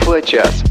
Тифло-час.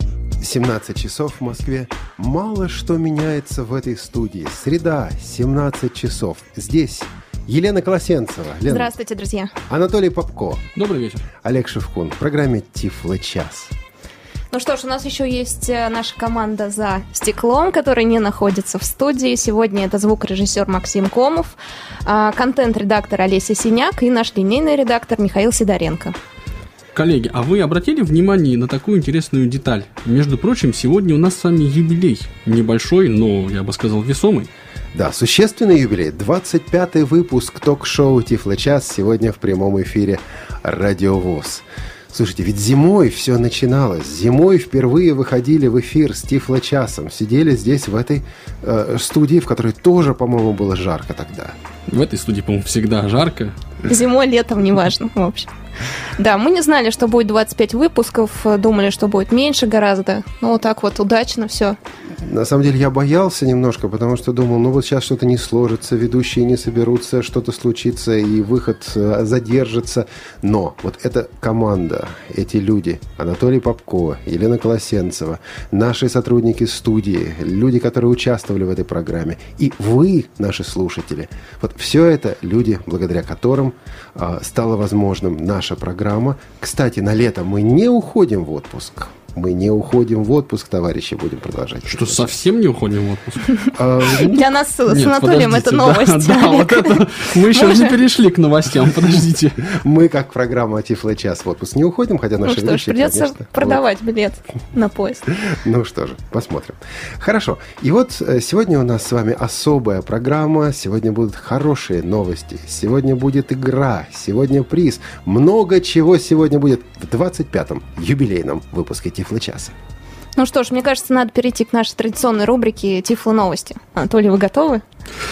17 часов в Москве. Мало что меняется в этой студии. Среда, 17 часов. Здесь Елена Колосенцева. Лена. Здравствуйте, друзья. Анатолий Попко. Добрый вечер. Олег Шевкун. В программе «Тифло-час». Ну что ж, у нас еще есть наша команда «За стеклом», которая не находится в студии. Сегодня это звукорежиссер Максим Комов, контент-редактор Олеся Синяк и наш линейный редактор Михаил Сидоренко. Коллеги, а вы обратили внимание на такую интересную деталь? Между прочим, сегодня у нас с вами юбилей. Небольшой, но, я бы сказал, весомый. Да, существенный юбилей. 25-й выпуск ток-шоу «Тифло-час» сегодня в прямом эфире «Радио ВОС». Слушайте, ведь зимой все начиналось. Зимой впервые выходили в эфир с Тифло-часом. Сидели здесь, в этой студии, в которой тоже, по-моему, было жарко тогда. В этой студии, по-моему, всегда жарко. Зимой, летом, неважно, в общем. Да, мы не знали, что будет 25 выпусков, думали, что будет меньше гораздо. Но вот так вот удачно все. На самом деле я боялся немножко, потому что думал, ну вот сейчас что-то не сложится, ведущие не соберутся, что-то случится, и выход задержится. Но вот эта команда, эти люди, Анатолий Попко, Елена Колосенцева, наши сотрудники студии, люди, которые участвовали в этой программе, и вы, наши слушатели, вот все это люди, благодаря которым стало возможным наша программа. Кстати, на лето мы не уходим в отпуск. Мы не уходим в отпуск, товарищи, будем продолжать. Что, совсем не уходим в отпуск? Для нас с Анатолием это новость. Да, вот это. Мы еще не перешли к новостям, подождите. Мы, как программа «Тифло-час», в отпуск не уходим, хотя наши ведущие, конечно... Ну что ж, придется продавать билет на поезд. Ну что же, посмотрим. Хорошо. И вот сегодня у нас с вами особая программа. Сегодня будут хорошие новости. Сегодня будет игра. Сегодня приз. Много чего сегодня будет в 25-м юбилейном выпуске «Тифло-часа». Ну что ж, мне кажется, надо перейти к нашей традиционной рубрике «Тифло-новости». Анатолий, вы готовы?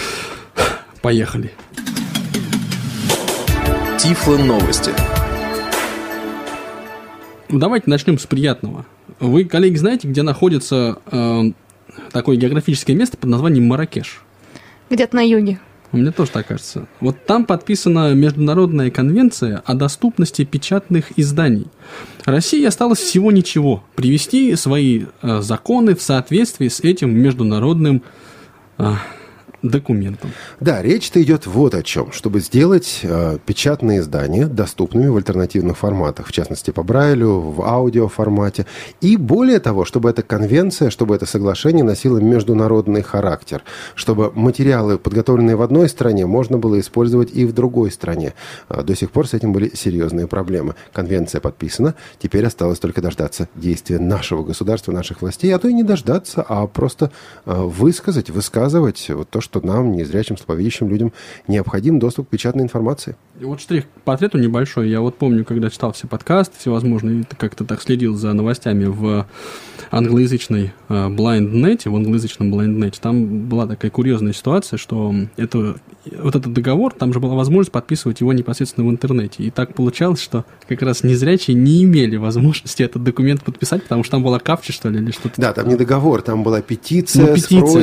Поехали. Тифло-новости. Давайте начнем с приятного. Вы, коллеги, знаете, где находится такое географическое место под названием Марракеш? Где-то на юге. Мне тоже так кажется. Вот там подписана Международная конвенция о доступности печатных изданий. России осталось всего ничего – привести свои законы в соответствии с этим международным документом. Да, речь-то идет вот о чем. Чтобы сделать печатные издания доступными в альтернативных форматах, в частности, по Брайлю, в аудиоформате. И более того, чтобы эта конвенция, чтобы это соглашение носило международный характер. Чтобы материалы, подготовленные в одной стране, можно было использовать и в другой стране. До сих пор с этим были серьезные проблемы. Конвенция подписана. Теперь осталось только дождаться действия нашего государства, наших властей. А то и не дождаться, а просто высказывать вот то, что нам, незрячим, слабовидящим людям, необходим доступ к печатной информации. И вот штрих к портрету небольшой. Я вот помню, когда читал все подкасты всевозможные, как-то так следил за новостями в англоязычной BlindNet, в англоязычном BlindNet, там была такая курьезная ситуация, что вот этот договор, там же была возможность подписывать его непосредственно в интернете. И так получалось, что как раз незрячие не имели возможности этот документ подписать, потому что там была капча, что ли, или что-то. Да, там не договор, там была петиция, с просьбой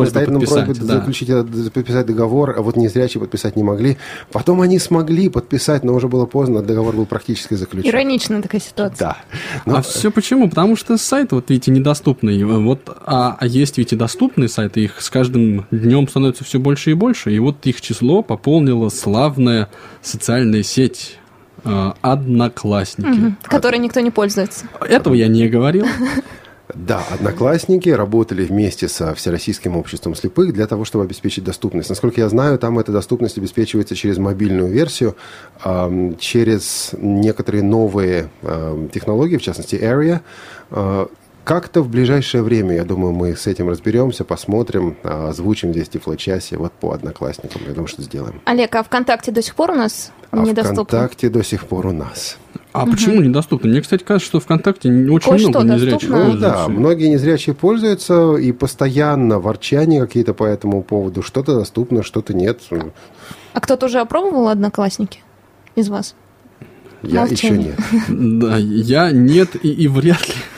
подписать договор, а вот незрячие подписать не могли. Потом они смогли подписать, но уже было поздно, договор был практически заключен. Ироничная такая ситуация. Да. А все почему? Потому что сайт, вот видите, недоступный. А есть ведь и доступные сайты, их с каждым днем становится все больше и больше. И вот их число пополнила славная социальная сеть «Одноклассники». Которой никто не пользуется. Этого я не говорил. Да, «Одноклассники» работали вместе со Всероссийским обществом слепых для того, чтобы обеспечить доступность. Насколько я знаю, там эта доступность обеспечивается через мобильную версию, через некоторые новые технологии, в частности, Area. Как-то в ближайшее время, я думаю, мы с этим разберемся, посмотрим, озвучим здесь в Тифло-часе вот по «Одноклассникам». Я думаю, что сделаем. Олег, а ВКонтакте до сих пор у нас недоступно? ВКонтакте до сих пор у нас. А почему недоступно? Мне, кстати, кажется, что ВКонтакте очень много незрячих пользуются. Да, многие незрячие пользуются, и постоянно ворчания какие-то по этому поводу. Что-то доступно, что-то нет. А кто-то уже опробовал «Одноклассники» из вас? Я еще нет. Да, я нет и вряд ли.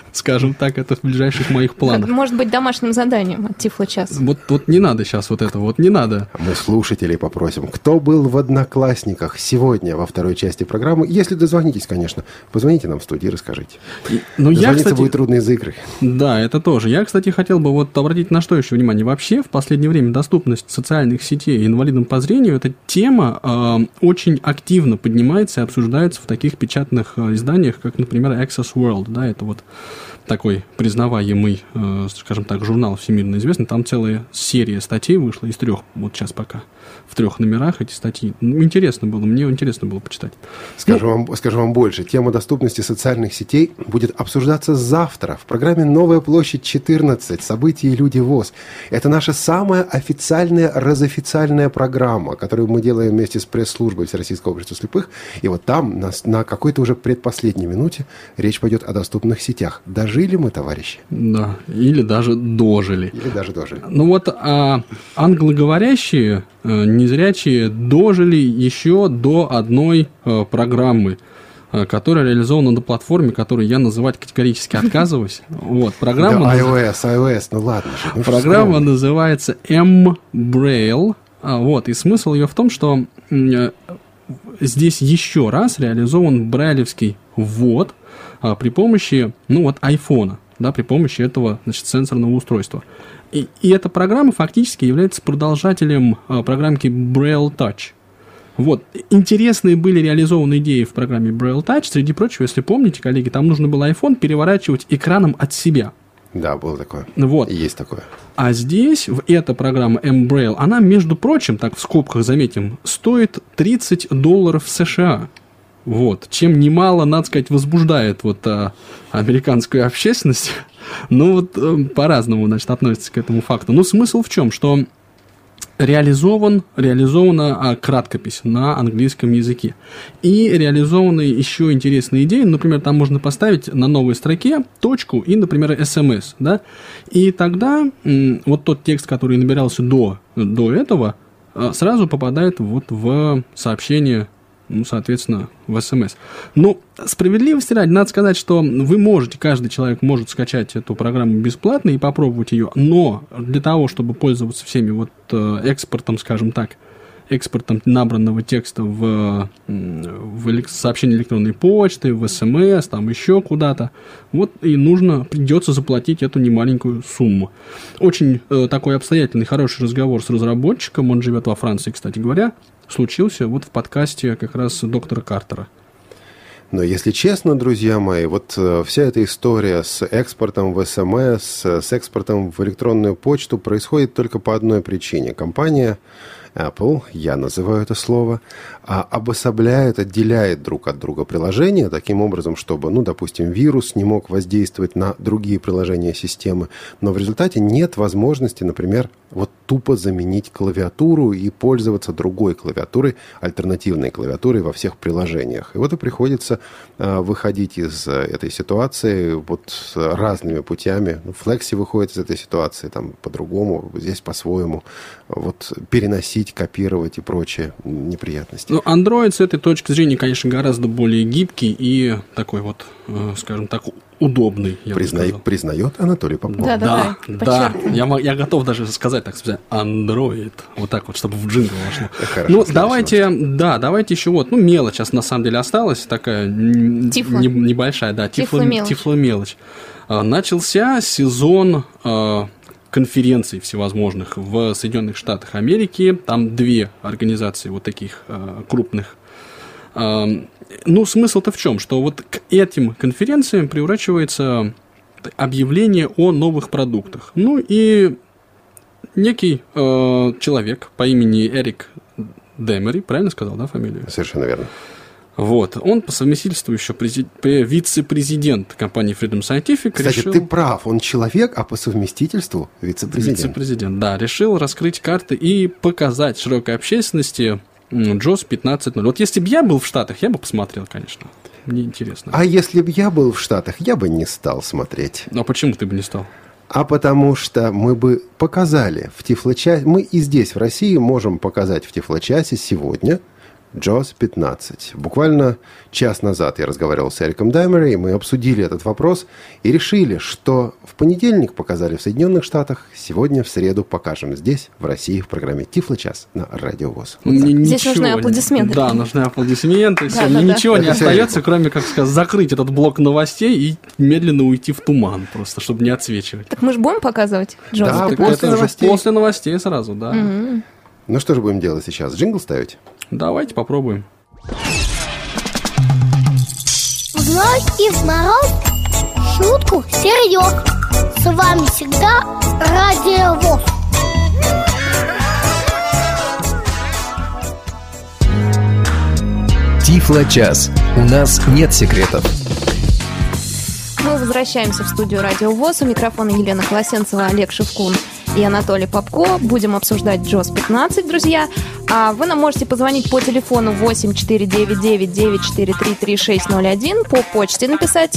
Скажем так, это в ближайших моих планах. Может быть, домашним заданием от Тифло-часа. Вот не надо сейчас вот этого, вот не надо. Мы слушателей попросим, кто был в «Одноклассниках» сегодня во второй части программы. Если дозвонитесь, конечно, позвоните нам в студию и расскажите. Дозвониться будет трудно из-за игры. Да, это тоже. Я, кстати, хотел бы вот обратить на что еще внимание. Вообще, в последнее время доступность социальных сетей инвалидам по зрению, эта тема очень активно поднимается и обсуждается в таких печатных изданиях, как, например, Access World. Да, это вот такой признаваемый, скажем так, журнал всемирно известный. Там целая серия статей вышла из 3, вот сейчас пока, в 3 номерах эти статьи. Интересно было, мне интересно было почитать. Скажу вам больше. Тема доступности социальных сетей будет обсуждаться завтра в программе «Новая площадь 14. События и люди ВОС». Это наша самая официальная, разофициальная программа, которую мы делаем вместе с пресс-службой Всероссийского общества слепых. И вот там на какой-то уже предпоследней минуте речь пойдет о доступных сетях. Дожили мы, товарищи? Да, или даже дожили. Ну вот англоговорящие незрячие дожили еще до одной программы, которая реализована на платформе, которую я называть категорически отказываюсь. Вот, программа... Да, iOS, ну ладно же. Программа называется M-Braille. Вот, и смысл ее в том, что здесь еще раз реализован брайлевский ввод при помощи, айфона, да, при помощи этого, сенсорного устройства. И эта программа фактически является продолжателем программки Braille Touch. Вот. Интересные были реализованы идеи в программе Braille Touch. Среди прочего, если помните, коллеги, там нужно было iPhone переворачивать экраном от себя. Да, было такое. Вот. Есть такое. А здесь, эта программа M-Braille, она, между прочим, так в скобках заметим, стоит $30 США. Вот. Чем немало, надо сказать, возбуждает американскую общественность. По-разному, относится к этому факту. Но смысл в чем? Что реализована краткопись на английском языке. И реализованы еще интересные идеи. Например, там можно поставить на новой строке точку и, например, SMS. Да? И тогда вот тот текст, который набирался до этого, сразу попадает в сообщение, соответственно, в СМС. Но справедливости ради, надо сказать, что каждый человек может скачать эту программу бесплатно и попробовать ее, но для того, чтобы пользоваться всеми экспортом, скажем так, экспортом набранного текста в сообщение электронной почты, в СМС, там еще куда-то, придется заплатить эту немаленькую сумму. Очень такой обстоятельный, хороший разговор с разработчиком, он живет во Франции, кстати говоря, случился в подкасте как раз доктора Картера. Но если честно, друзья мои, вся эта история с экспортом в СМС, с экспортом в электронную почту происходит только по одной причине. Компания Apple, я называю это слово, отделяет друг от друга приложения таким образом, чтобы, допустим, вирус не мог воздействовать на другие приложения системы, но в результате нет возможности, например, тупо заменить клавиатуру и пользоваться другой клавиатурой, альтернативной клавиатурой во всех приложениях. И приходится выходить из этой ситуации разными путями. Flexi выходит из этой ситуации там по-другому, здесь по-своему, переносить, копировать и прочие неприятности. Android с этой точки зрения, конечно, гораздо более гибкий и такой скажем так, удобный. Признает Анатолий Попов. Да. Я готов даже сказать, так сказать, Android. Чтобы в джингл вошло. Давайте еще мелочь сейчас на самом деле осталась, такая небольшая, тифломелочь. Начался сезон конференций всевозможных в Соединенных Штатах Америки. Там 2 организации таких крупных. Смысл-то в чем? Что к этим конференциям приурачивается объявление о новых продуктах. И некий человек по имени Эрик Демери, правильно сказал, да, фамилию? Совершенно верно. Он по совместительству еще вице-президент компании Freedom Scientific. Кстати, ты прав, он человек, а по совместительству вице-президент. Вице-президент, да. Решил раскрыть карты и показать широкой общественности JAWS 15.0. Если бы я был в Штатах, я бы посмотрел, конечно. Мне интересно. А если бы я был в Штатах, я бы не стал смотреть. А почему ты бы не стал? А потому что мы бы показали в Тифло-часе, мы и здесь, в России, можем показать в Тифло-часе сегодня JAWS 15. Буквально час назад я разговаривал с Эриком Даймери, и мы обсудили этот вопрос и решили, что в понедельник показали в Соединенных Штатах, сегодня в среду покажем здесь, в России, в программе «Тифло-час» на Радио ВОС. Здесь нужны аплодисменты. Да, нужны аплодисменты. Все, мне ничего не остается, кроме, как сказать, закрыть этот блок новостей и медленно уйти в туман, просто, чтобы не отсвечивать. Так мы же будем показывать JAWS 15? После новостей сразу, да. Ну что же будем делать сейчас? Джингл ставить? Давайте попробуем. В ночь и в мороз шутку серьез. С вами всегда Радио ВОС. Тифло-час. У нас нет секретов. Мы возвращаемся в студию Радио ВОС. У микрофона Елена Колосенцева, Олег Шевкун и Анатолий Попко. Будем обсуждать JAWS 15, друзья. А вы нам можете позвонить по телефону 8499-943-3601, по почте написать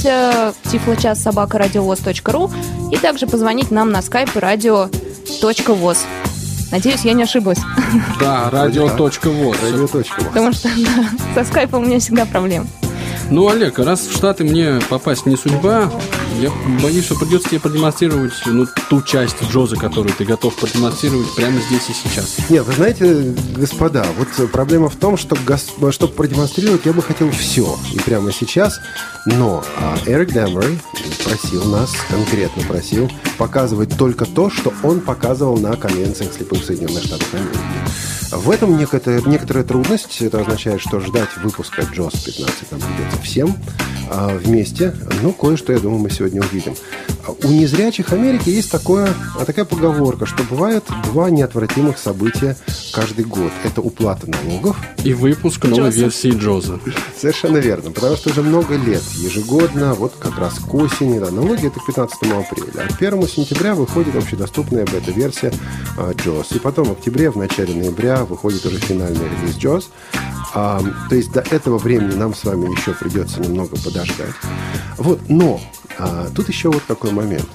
tifloчас@radiovos.ru и также позвонить нам на skype radio.voz. Надеюсь, я не ошиблась. Да, radio.voz. Потому что со скайпом у меня всегда проблемы. Ну, Олег, раз в Штаты мне попасть не судьба, я боюсь, что придется тебе продемонстрировать ту часть JAWS, которую ты готов продемонстрировать прямо здесь и сейчас. Нет, вы знаете, господа, вот проблема в том, что чтобы продемонстрировать, я бы хотел все. И прямо сейчас. Но Эрик Даймери конкретно просил показывать только то, что он показывал на конвенциях слепых в Соединенных Штатах Америки. В этом некоторая трудность. Это означает, что ждать выпуска JAWS 15 нам придется всем вместе. Но кое-что, я думаю, мы сегодня увидим. У незрячих Америки есть такая поговорка, что бывает два неотвратимых события каждый год. Это уплата налогов и выпуск новой версии JAWS. Совершенно верно, потому что уже много лет ежегодно, вот как раз к осени, налоги это к 15 апреля. А к 1 сентября выходит общедоступная бета-версия JAWS. И потом в октябре, в начале ноября выходит уже финальный релиз JAWS. То есть до этого времени нам с вами еще придется немного подождать. Вот, но тут еще вот такой момент.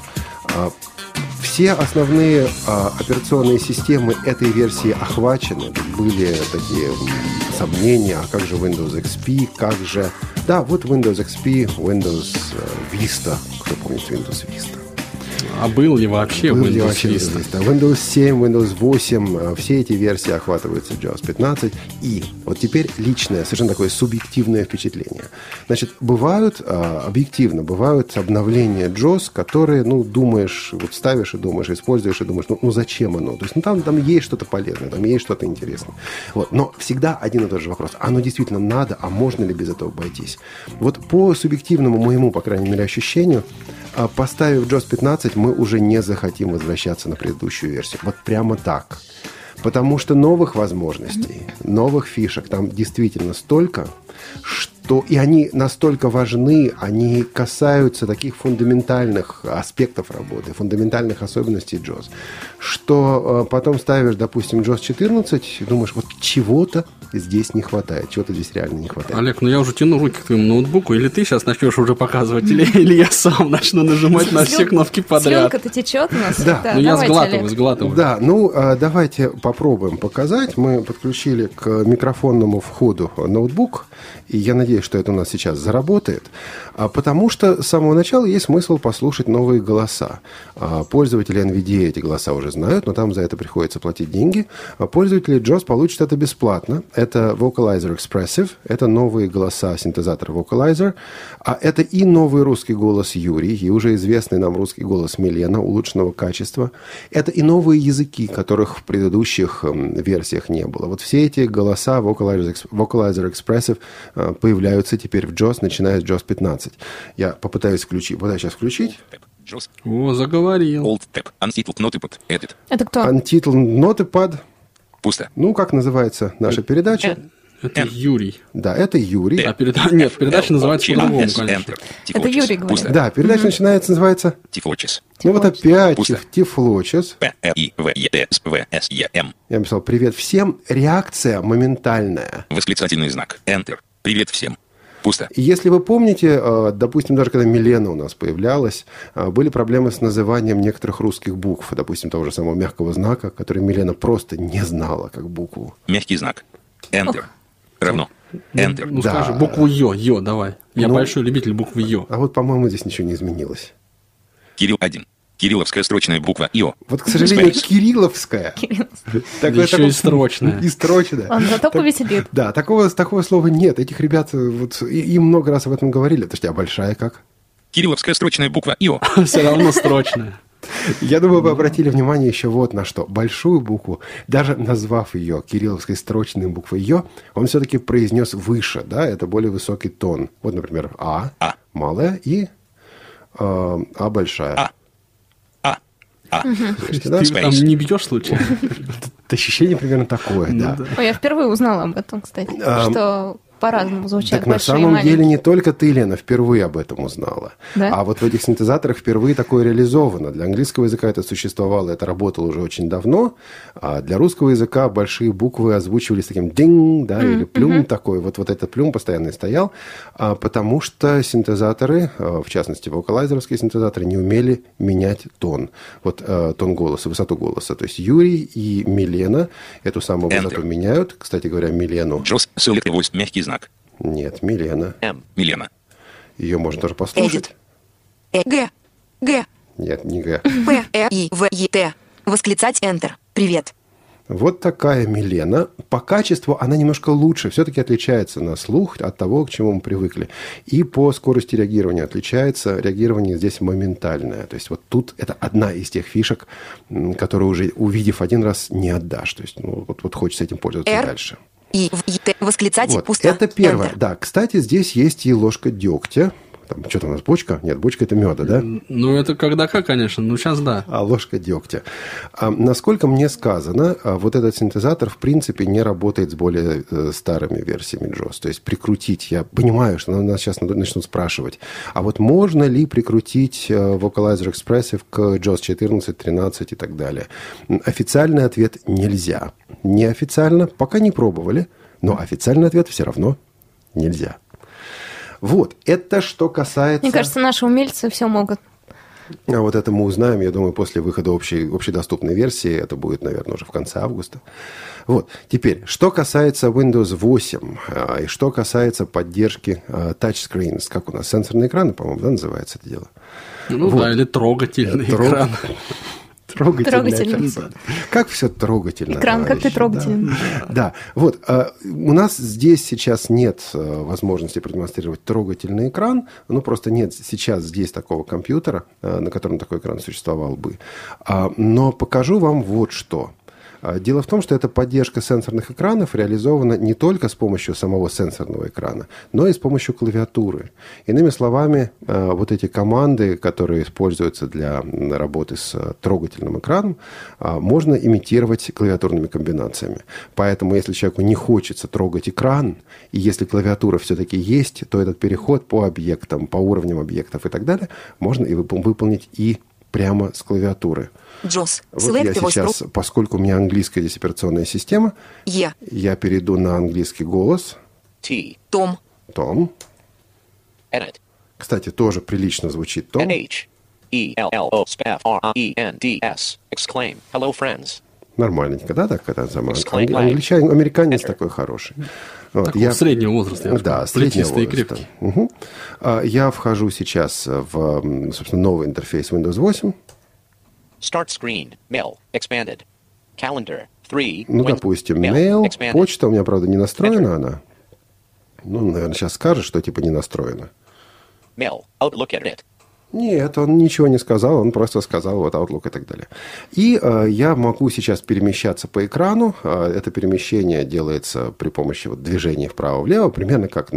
Все основные операционные системы этой версии охвачены. Были такие сомнения, а как же Windows XP, как же... Да, вот Windows XP, Windows Vista. Кто помнит Windows Vista? А был ли вообще Windows Vista? Windows 7, Windows 8, все эти версии охватываются JAWS 15. И вот теперь личное, совершенно такое субъективное впечатление. Значит, бывают обновления JAWS, которые, думаешь, вот ставишь и думаешь, используешь и думаешь, зачем оно? То есть, там есть что-то полезное, там есть что-то интересное. Вот. Но всегда один и тот же вопрос. Оно действительно надо, а можно ли без этого обойтись? Вот по субъективному моему, по крайней мере, ощущению, поставив JAWS 15, мы уже не захотим возвращаться на предыдущую версию. Вот прямо так. Потому что новых возможностей, новых фишек там действительно столько, что и они настолько важны, они касаются таких фундаментальных аспектов работы, фундаментальных особенностей JAWS, что потом ставишь, допустим, JAWS 14 и думаешь, вот чего-то здесь не хватает, чего-то здесь реально не хватает. Олег, я уже тяну руки к твоему ноутбуку, или ты сейчас начнешь уже показывать, или я сам начну нажимать на все кнопки подряд. Слюнка-то течет у нас. Да. Я сглатываю. Да, давайте попробуем показать. Мы подключили к микрофонному входу ноутбук, и я надеюсь, что это у нас сейчас заработает, потому что с самого начала есть смысл послушать новые голоса. Пользователи NVDA эти голоса уже знают, но там за это приходится платить деньги. Пользователи JAWS получат это бесплатно. Это Vocalizer Expressive, это новые голоса синтезатора Vocalizer, а это и новый русский голос Юрий, и уже известный нам русский голос Милена улучшенного качества. Это и новые языки, которых в предыдущих версиях не было. Вот все эти голоса Vocalizer Expressive появляются теперь в JAWS, начиная с JAWS 15. Я попытаюсь включить. Пытаюсь сейчас включить. О, заговорил. Alt tab. Untitled Notepad. Edit. Это кто? Untitled Notepad. Пусто. Как называется наша передача? Это Юрий. Да, это Юрий. Нет, передача называется по-другому, конечно. Это Юрий говорит. Да, передача называется... Тифло-час. Вот опять Пусто. Тифло-час. PRIVESVSEM. Я написал «Привет всем». Реакция моментальная. Восклицательный знак. Enter. Привет всем. Пусто. И если вы помните, допустим, даже когда Милена у нас появлялась, были проблемы с называнием некоторых русских букв. Допустим, того же самого мягкого знака, который Милена просто не знала как букву. Мягкий знак. Enter. равно. Enter. Ну, Да. скажи, букву Ё, давай. Я Ну, большой любитель буквы Ё. А вот, по-моему, здесь ничего не изменилось. Кирилл 1. Кирилловская строчная буква Ио. Вот, к сожалению, Space. кирилловская. Да еще и строчная. И строчная. Он зато повеселит. Да, такого слова нет. Этих ребят, вот, им много раз об этом говорили. Подожди, а большая как? Кирилловская строчная буква Ио. Все равно строчная. Я думаю, вы обратили внимание еще вот на что. Большую букву, даже назвав ее кирилловской строчной буквой Ё, он все-таки произнес выше, да, это более высокий тон. Вот, например, А, малая и А большая. Слышите, да? Ты там не бьешь случайно? Ощущение примерно такое, да. Ой, я впервые узнала об этом, кстати, что по-разному звучат Так на большие и самом деле маленькие. не только ты, Лена, впервые об этом узнала. Да? А вот в этих синтезаторах впервые такое реализовано. Для английского языка это существовало, это работало уже очень давно. А для русского языка большие буквы озвучивались таким динг, да, или плюм такой. Вот этот плюм постоянно стоял. Потому что синтезаторы, в частности, вокалайзеровские синтезаторы, не умели менять тон. Вот тон голоса, высоту голоса. То есть Юрий и Милена эту самую высоту меняют. Кстати говоря, Милену... Джос Select Voice мягкий знак. Нет, Милена. Милена. Ее можно тоже послушать. Г. Нет, не Г. П. И. В. Е. Т. Восклицать Enter. Привет. Вот такая Милена. По качеству она немножко лучше. Все-таки отличается на слух от того, к чему мы привыкли. И по скорости реагирования отличается. Реагирование здесь моментальное. То есть вот тут это одна из тех фишек, которую уже увидев один раз не отдашь. То есть вот хочется этим пользоваться R. дальше. И. В. Е. Т. Восклицать Вот, пусто. это первое. Enter. Да, кстати, здесь есть и ложка дегтя. Там, что-то у нас бочка? Нет, бочка – это меда, да? Ну, это когда как, конечно. Ну, сейчас да. А ложка дегтя. Насколько мне сказано, вот этот синтезатор, в принципе, не работает с более старыми версиями JAWS. То есть прикрутить, я понимаю, что нас сейчас начнут спрашивать, а вот можно ли прикрутить Vocalizer Expressive к JAWS 14, 13 и так далее? Официальный ответ – нельзя. Неофициально пока не пробовали, но официальный ответ все равно нельзя. Вот, это что касается... Мне кажется, наши умельцы все могут. А вот это мы узнаем, я думаю, после выхода общедоступной версии. Это будет, наверное, уже в конце августа. Вот. Теперь, что касается Windows 8 и что касается поддержки touchscreens, как у нас, сенсорные экраны, по-моему, да, называется это дело? Ну Вот. да, или трогательный экран. Трогательный. Как все трогательно. Экран, как ты товарищи, трогательный. Да. Вот. У нас здесь сейчас нет возможности продемонстрировать трогательный экран. Ну, просто нет сейчас здесь такого компьютера, на котором такой экран существовал бы. Но покажу вам вот что. Дело в том, что эта поддержка сенсорных экранов реализована не только с помощью самого сенсорного экрана, но и с помощью клавиатуры. Иными словами, вот эти команды, которые используются для работы с трогательным экраном, можно имитировать клавиатурными комбинациями. Поэтому, если человеку не хочется трогать экран, и если клавиатура все-таки есть, то этот переход по объектам, по уровням объектов и так далее можно и выполнить и прямо с клавиатуры. JAWS. Вот я Select Voice сейчас, поскольку у меня английская здесь операционная система, Е. я перейду на английский голос. T. Том. Том. Edit. Кстати, тоже прилично звучит Том. H. E. L. L. O. F. R. E. N. D. S. Exclaim. Hello, friends. Нормальненько, да? Так, это самое. Exclaim. Англичанин, американец Enter. такой хороший. Вот, Такого среднего возраста. я бы Да, сказал. среднего Плечистый и возраста. крепкий. Угу. Я вхожу сейчас в, собственно, новый интерфейс Windows 8. Start screen. Mail. Expanded. Calendar. 3. Ну, допустим, Mail. Почта у меня, правда, не настроена она. Ну, наверное, сейчас скажет, что типа не настроена. Mail. Outlook edit. Нет, он ничего не сказал, он просто сказал вот Outlook и так далее. И я могу сейчас перемещаться по экрану. Это перемещение делается при помощи вот движения вправо-влево, примерно как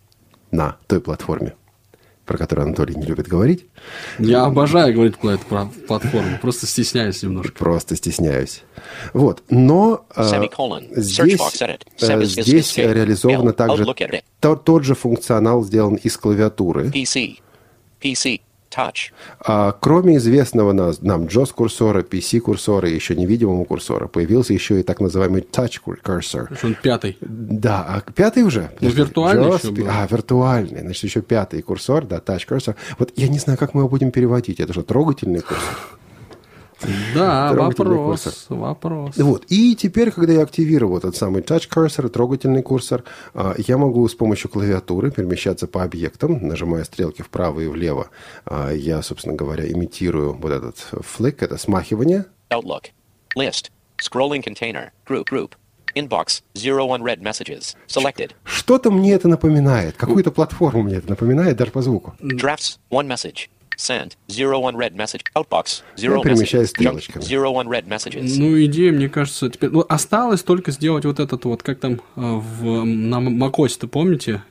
на той платформе, про которую Анатолий не любит говорить. Я обожаю говорить про эту платформу, просто стесняюсь немножко. Просто стесняюсь. Вот. Но Semicolon. Search здесь, box edit. 7 is здесь escape. реализовано Mail. также Outlook edit. тот же функционал сделан из клавиатуры. PC. PC. Touch. Кроме известного нам JAWS-курсора, PC-курсора и еще невидимого курсора, появился еще и так называемый Touch Cursor. Потому что он пятый. Да, а пятый уже? Ну, виртуальный JAWS, еще был. Виртуальный. Значит, еще пятый курсор, да, Touch Cursor. Вот я не знаю, как мы его будем переводить. Это что, трогательный курсор? Да, Трогательный курсор. вопрос. Вот. И теперь, когда я активировал этот самый touch cursor, трогательный курсор, я могу с помощью клавиатуры перемещаться по объектам, нажимая стрелки вправо и влево. Я, собственно говоря, имитирую вот этот флик, это смахивание. Outlook. List. Scrolling container. Group. Inbox. 0 unread messages. Selected. Что-то мне это напоминает. Какую-то платформу мне это напоминает, даже по звуку. Drafts. 1 message. Send. 0 unread message. Outbox. Я 0 перемещаюсь messages. Junk. стрелочками. 0 unread messages. Ну, идея, мне кажется, теперь... Ну, осталось только сделать вот этот вот, как там на macOS-то, помните?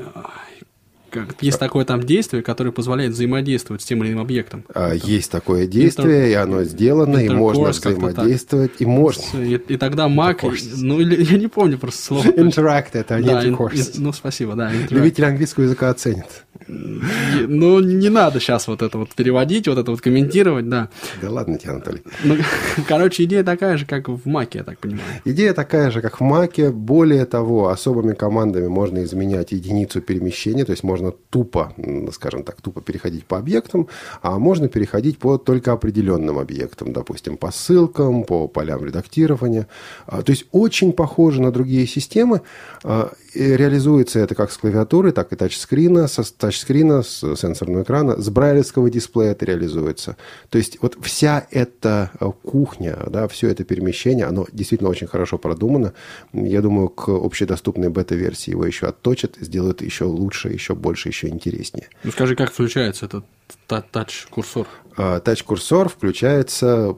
Есть такое там действие, которое позволяет взаимодействовать с тем или иным объектом. Есть такое действие, и оно сделано, и можно взаимодействовать, и можно... И тогда Mac... Ну, я не помню просто слово. Interact это, а не Да, intercourse. ну, спасибо, да. interact. Любители английского языка оценят. Ну, не надо сейчас вот это вот переводить, вот это вот комментировать, да. Да ладно тебе, Анатолий. Ну, короче, идея такая же, как в Mac, я так понимаю. Идея такая же, как в Mac. Более того, особыми командами можно изменять единицу перемещения, то есть можно тупо, скажем так, тупо переходить по объектам, а можно переходить по только определенным объектам, допустим, по ссылкам, по полям редактирования. То есть очень похоже на другие системы. И реализуется это как с клавиатуры, так и тачскрина, с сенсорного экрана, с брайлевского дисплея это реализуется. То есть вот вся эта кухня, да, все это перемещение, оно действительно очень хорошо продумано. Я думаю, к общедоступной бета-версии его еще отточат, сделают еще лучше, еще больше, еще интереснее. Ну, скажи, как включается этот тач-курсор? Тач-курсор включается...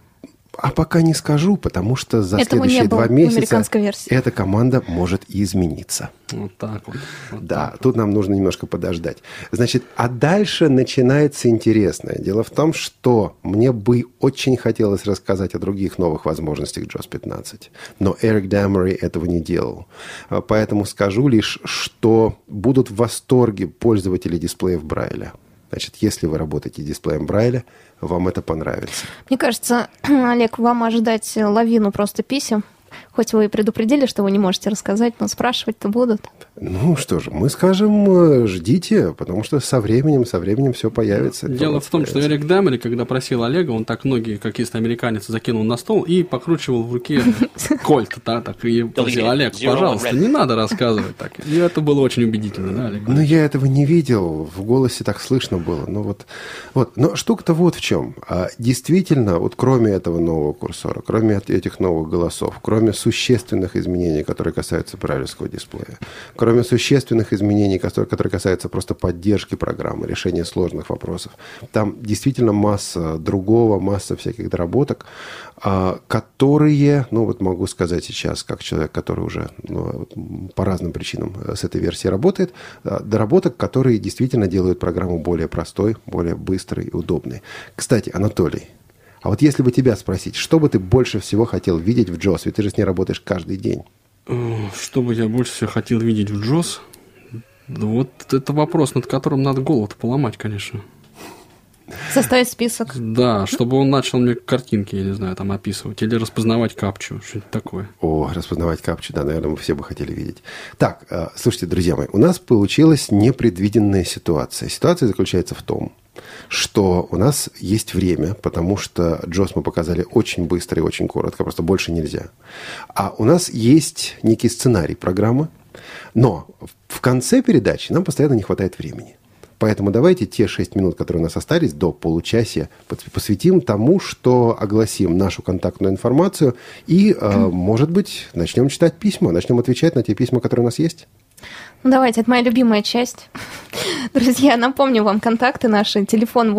А пока не скажу, потому что за Этого следующие 2 месяца версии. эта команда может измениться. Вот так вот. Да, тут нам нужно немножко подождать. Значит, а дальше начинается интересное. Дело в том, что мне бы очень хотелось рассказать о других новых возможностях JAWS 15, но Эрик Дамери этого не делал. Поэтому скажу лишь, что будут в восторге пользователи дисплеев Брайля. Значит, если вы работаете дисплеем Брайля, вам это понравится. Мне кажется, Олег, вам ожидать лавину просто писем. Хоть вы и предупредили, что вы не можете рассказать, но спрашивать-то будут. Ну что же, мы скажем, ждите, потому что со временем все появится. Дело в том, что Эрик Дамери, когда просил Олега, он так ноги, как есть американец, закинул на стол и покручивал в руке кольт. Так и просил: Олег, пожалуйста, не надо рассказывать так. И это было очень убедительно, да, Олег? Ну, я этого не видел, в голосе так слышно было. Ну, вот. Но штука-то вот в чем. Действительно, вот кроме этого нового курсора, кроме этих новых голосов, кроме существенных изменений, которые касаются брайлевского дисплея, кроме существенных изменений, которые касаются просто поддержки программы, решения сложных вопросов, там действительно масса другого, масса всяких доработок, которые, ну вот могу сказать сейчас, как человек, который уже по разным причинам с этой версией работает, доработок, которые действительно делают программу более простой, более быстрой и удобной. Кстати, Анатолий, а вот если бы тебя спросить, что бы ты больше всего хотел видеть в JAWS, ведь ты же с ней работаешь каждый день. Что бы я больше всего хотел видеть в JAWS? Вот это вопрос, над которым надо голову-то поломать, конечно. Составить список. Да, чтобы он начал мне картинки, я не знаю, там описывать. Или распознавать капчу, что-нибудь такое. О, распознавать капчу, да, наверное, мы все бы хотели видеть. Так, слушайте, друзья мои, у нас получилась непредвиденная ситуация. Ситуация заключается в том, что у нас есть время, потому что JAWS мы показали очень быстро и очень коротко, просто больше нельзя. А у нас есть некий сценарий программы, но в конце передачи нам постоянно не хватает времени. Поэтому давайте те 6 минут, которые у нас остались, до получаса, посвятим тому, что огласим нашу контактную информацию и, может быть, начнем читать письма, начнем отвечать на те письма, которые у нас есть. Ну, давайте, это моя любимая часть. Друзья, напомню вам контакты наши. Телефон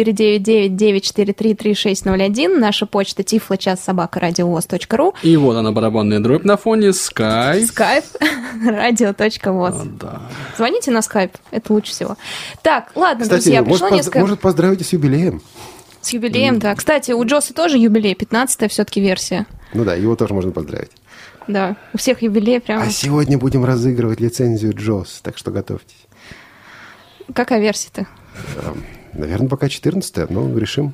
8499-943-3601. Наша почта tiflo@radiovoz.ru. И вот она, барабанная дробь на фоне. Skype. Skype radio.voz. Да. Звоните на Skype, это лучше всего. Так, ладно, Кстати, друзья, пришло несколько... может, поздравите с юбилеем. С юбилеем, да. Кстати, у JAWS тоже юбилей, 15-я все-таки версия. Ну да, его тоже можно поздравить. Да, у всех юбилей прямо. А сегодня будем разыгрывать лицензию JAWS, так что готовьтесь. Какая версия-то? Наверное, пока 14-я, но решим.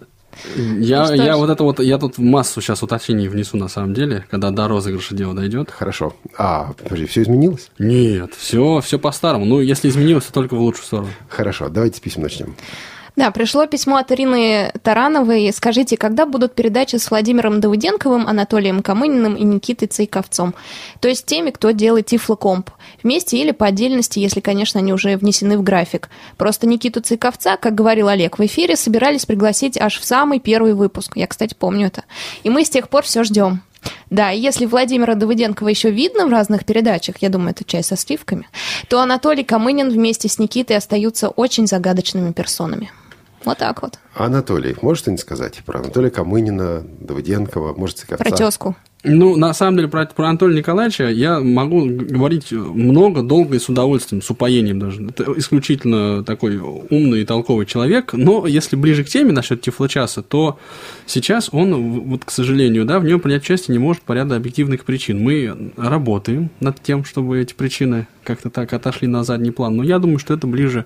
Я тут массу сейчас уточнений внесу на самом деле, когда до розыгрыша дело дойдет. Хорошо. Подожди, все изменилось? Нет, все по-старому. Ну, если изменилось, то только в лучшую сторону. Хорошо, давайте с писем начнем. Да, пришло письмо от Ирины Тарановой. Скажите, когда будут передачи с Владимиром Давыденковым, Анатолием Камыниным и Никитой Цейковцом? То есть теми, кто делает Тифлокомп. Вместе или по отдельности, если, конечно, они уже внесены в график. Просто Никиту Цейковца, как говорил Олег в эфире, собирались пригласить аж в самый первый выпуск. Я, кстати, помню это. И мы с тех пор все ждем. Да, и если Владимира Давыденкова еще видно в разных передачах, я думаю, это часть со сливками, то Анатолий Камынин вместе с Никитой остаются очень загадочными персонами. Вот так вот. Анатолий, можешь что-нибудь сказать про Анатолия Камынина, Давыденкова, может, Цейковца? Про тезку. Ну, на самом деле, про Анатолия Николаевича я могу говорить много, долго и с удовольствием, с упоением даже. Это исключительно такой умный и толковый человек, но если ближе к теме насчет Тифлочаса, то сейчас он, вот, к сожалению, да, в нем принять участие не может по ряду объективных причин. Мы работаем над тем, чтобы эти причины как-то так отошли на задний план, но я думаю, что это ближе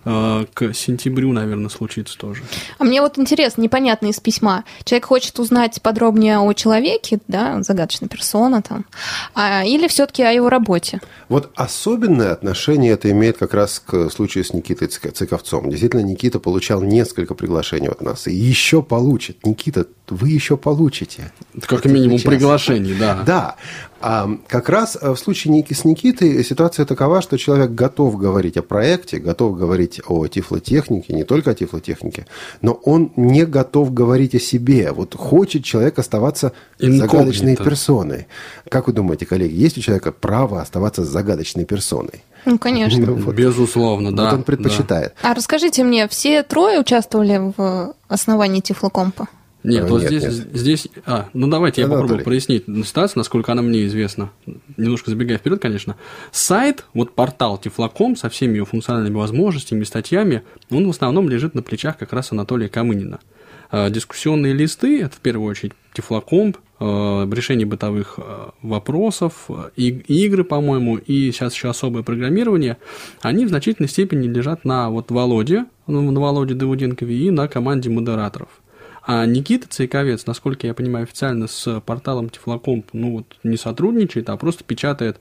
к сентябрю, наверное, случится тоже. А мне вот интересно, непонятно из письма. Человек хочет узнать подробнее о человеке, да, загадочная персона там, или все-таки о его работе? Вот особенное отношение это имеет как раз к случаю с Никитой Цейковцом. Действительно, Никита получал несколько приглашений от нас. И еще получит. Никита, вы еще получите. Как минимум приглашений, да. Да. А как раз в случае с Никитой ситуация такова, что человек готов говорить о проекте, готов говорить о тифлотехнике, не только о тифлотехнике, но он не готов говорить о себе. Вот хочет человек оставаться загадочной персоной. Как вы думаете, коллеги, есть у человека право оставаться загадочной персоной? Ну, конечно. Вот. Безусловно, да. Вот он предпочитает. Да. А расскажите мне, все трое участвовали в основании Тифлокомпа? Нет, вот здесь... ну давайте я попробую прояснить ситуацию, насколько она мне известна. Немножко забегая вперед, конечно. Сайт, вот портал Тифлокомп со всеми ее функциональными возможностями и статьями, он в основном лежит на плечах как раз Анатолия Камынина. Дискуссионные листы, это в первую очередь Тифлокомп, решение бытовых вопросов, игры, по-моему, и сейчас еще особое программирование, они в значительной степени лежат на вот Володе Давыденкове и на команде модераторов. А Никита Цейковец, насколько я понимаю, официально с порталом Тифлокомп не сотрудничает, а просто печатает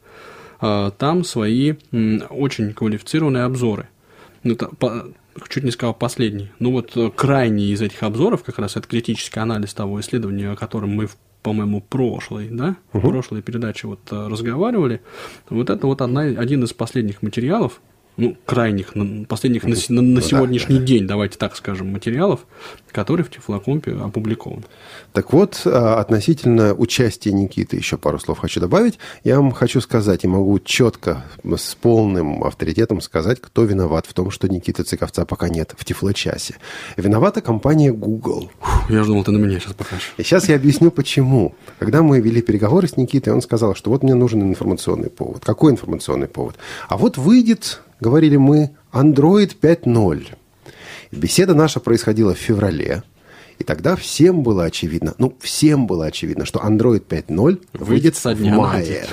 там свои очень квалифицированные обзоры. Чуть не сказал последний. Крайний из этих обзоров, как раз это критический анализ того исследования, о котором мы, по-моему, прошлой передаче разговаривали. Вот это один из последних материалов, крайних, последних на сегодняшний день, давайте так скажем, материалов, который в Тифлокомпе опубликован. Так вот, относительно участия Никиты, еще пару слов хочу добавить. Я вам хочу сказать, и могу четко, с полным авторитетом сказать, кто виноват в том, что Никиты Цейковца пока нет в Тифлочасе. Виновата компания Google. Я же думал, ты на меня сейчас покажешь. И сейчас я объясню, почему. Когда мы вели переговоры с Никитой, он сказал, что вот мне нужен информационный повод. Какой информационный повод? А вот выйдет, говорили мы, Android 5.0. Беседа наша происходила в феврале. И тогда всем было очевидно, что Android 5.0 выйдет в мае.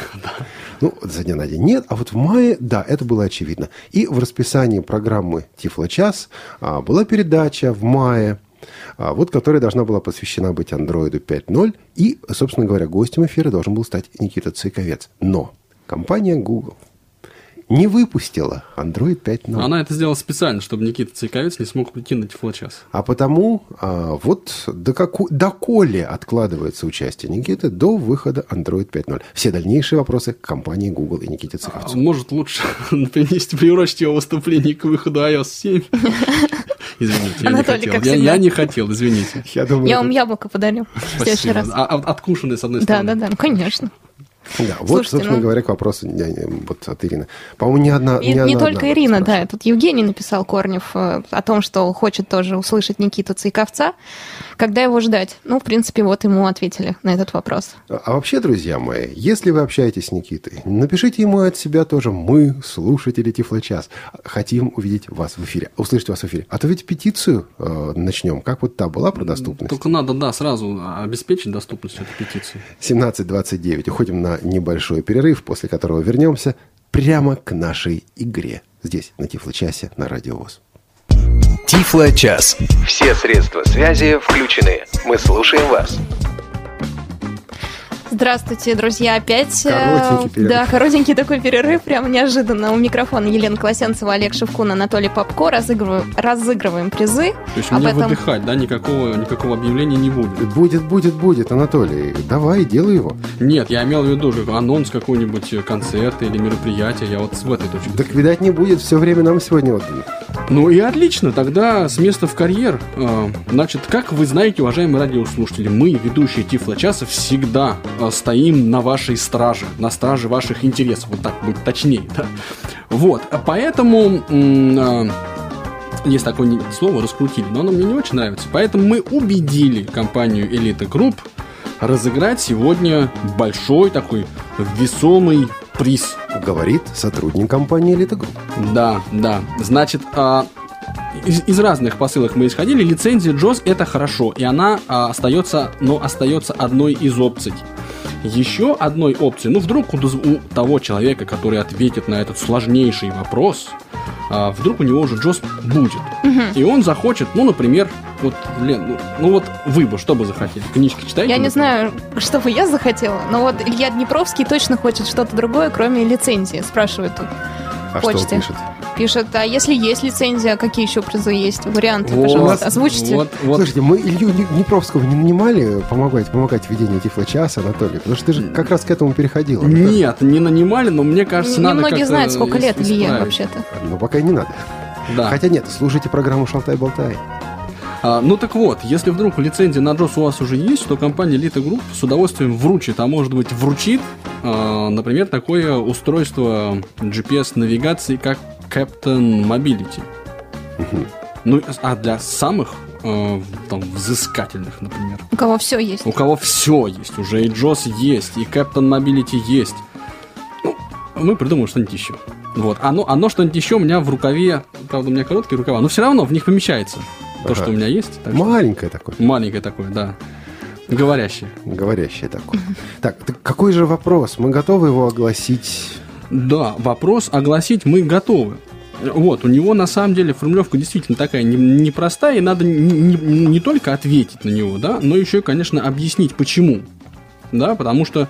За дня на день нет, а вот в мае, да, это было очевидно. И в расписании программы Тифлочас была передача в мае, которая должна была посвящена быть Android 5.0. И, собственно говоря, гостем эфира должен был стать Никита Цейковец. Но компания Google не выпустила Android 5.0. Она это сделала специально, чтобы Никита Цейковец не смог прийти на Тифлочас. А потому доколе откладывается участие Никиты до выхода Android 5.0. Все дальнейшие вопросы к компании Google и Никите Цейковцу. Может, лучше приурочить его выступление к выходу iOS 7? Извините, я не хотел, извините. Я вам яблоко подарю в следующий раз. Откушенное, с одной стороны. Да, конечно. Да, слушайте, собственно говоря, к вопросу от Ирины. По-моему, не только Ирина, да. Тут Евгений написал, Корнев, о том, что хочет тоже услышать Никиту Цейковца. Когда его ждать? В принципе, ему ответили на этот вопрос. А вообще, друзья мои, если вы общаетесь с Никитой, напишите ему от себя тоже. Мы, слушатели Тифлочас, хотим увидеть вас в эфире, услышать вас в эфире. А то ведь петицию начнем. Как та была про доступность? Только надо, сразу обеспечить доступность этой петиции. 17:29. Уходим на небольшой перерыв, после которого вернемся прямо к нашей игре. Здесь, на Тифлочасе, на Радио ВОС. Тифлочас. Все средства связи включены. Мы слушаем вас. Здравствуйте, друзья, опять. Коротенький перерыв. Да, коротенький такой перерыв, прям неожиданно. У микрофона Елена Колосенцева, Олег Шевкун, Анатолий Попко. Разыгрываем призы. То есть мне выдыхать, да, никакого объявления не будет? Будет, Анатолий. Давай, делай его. Нет, я имел в виду же анонс какой-нибудь концерта или мероприятия. Я вот в этой точке. Так, видать, не будет. Все время нам сегодня вот... Ну и отлично, тогда с места в карьер. Значит, как вы знаете, уважаемые радиослушатели, мы, ведущие Тифло-часа, всегда стоим на вашей страже, на страже ваших интересов, вот так будет точнее, да? Вот, поэтому есть такое слово «раскрутили», но оно мне не очень нравится, поэтому мы убедили компанию Elite Group разыграть сегодня большой такой весомый приз. Говорит сотрудник компании Elite Group. Да, значит, из разных посылок мы исходили. Лицензия JAWS — это хорошо, и она остается одной из опций. Еще одной опцией, вдруг у того человека, который ответит на этот сложнейший вопрос, вдруг у него уже JAWS будет. И он захочет, например, вот, Лен, вот вы бы что бы захотели? Книжки читаете? Я не знаю, что бы я захотела, но вот Илья Днепровский точно хочет что-то другое, кроме лицензии, спрашивает тут в почте. Что он пишет? Пишет, а если есть лицензия, какие еще призы есть? Варианты, пожалуйста, озвучьте. Вот. Слушайте, мы Илью Днепровского не нанимали помогать в ведении Тифло-часа, Анатолий? Потому что ты же как раз к этому переходил. Нет, не нанимали, но мне кажется, надо Немногие как-то знают, сколько лет Илье исправить. вообще-то. Пока и не надо. Да. Хотя нет, слушайте программу «Шалтай-болтай». Так вот, если вдруг лицензия на JAWS у вас уже есть, то компания Elite Group с удовольствием вручит, а может быть вручит, например, такое устройство GPS-навигации, как Captain Mobility. А для самых взыскательных, например. У кого все есть. У кого все есть. Уже и JAWS есть, и Captain Mobility есть. Мы придумаем что-нибудь еще. Вот. Оно что-нибудь еще у меня в рукаве. Правда, у меня короткие рукава, но все равно в них помещается то, что у меня есть. Маленькое такое. Маленькое такое, да. Говорящее. Говорящее такое. Так, какой же вопрос? Мы готовы его огласить? Да, вопрос огласить мы готовы. Вот, у него на самом деле формулировка действительно такая непростая, и надо не только ответить на него, да, но еще и, конечно, объяснить, почему. Да, потому что,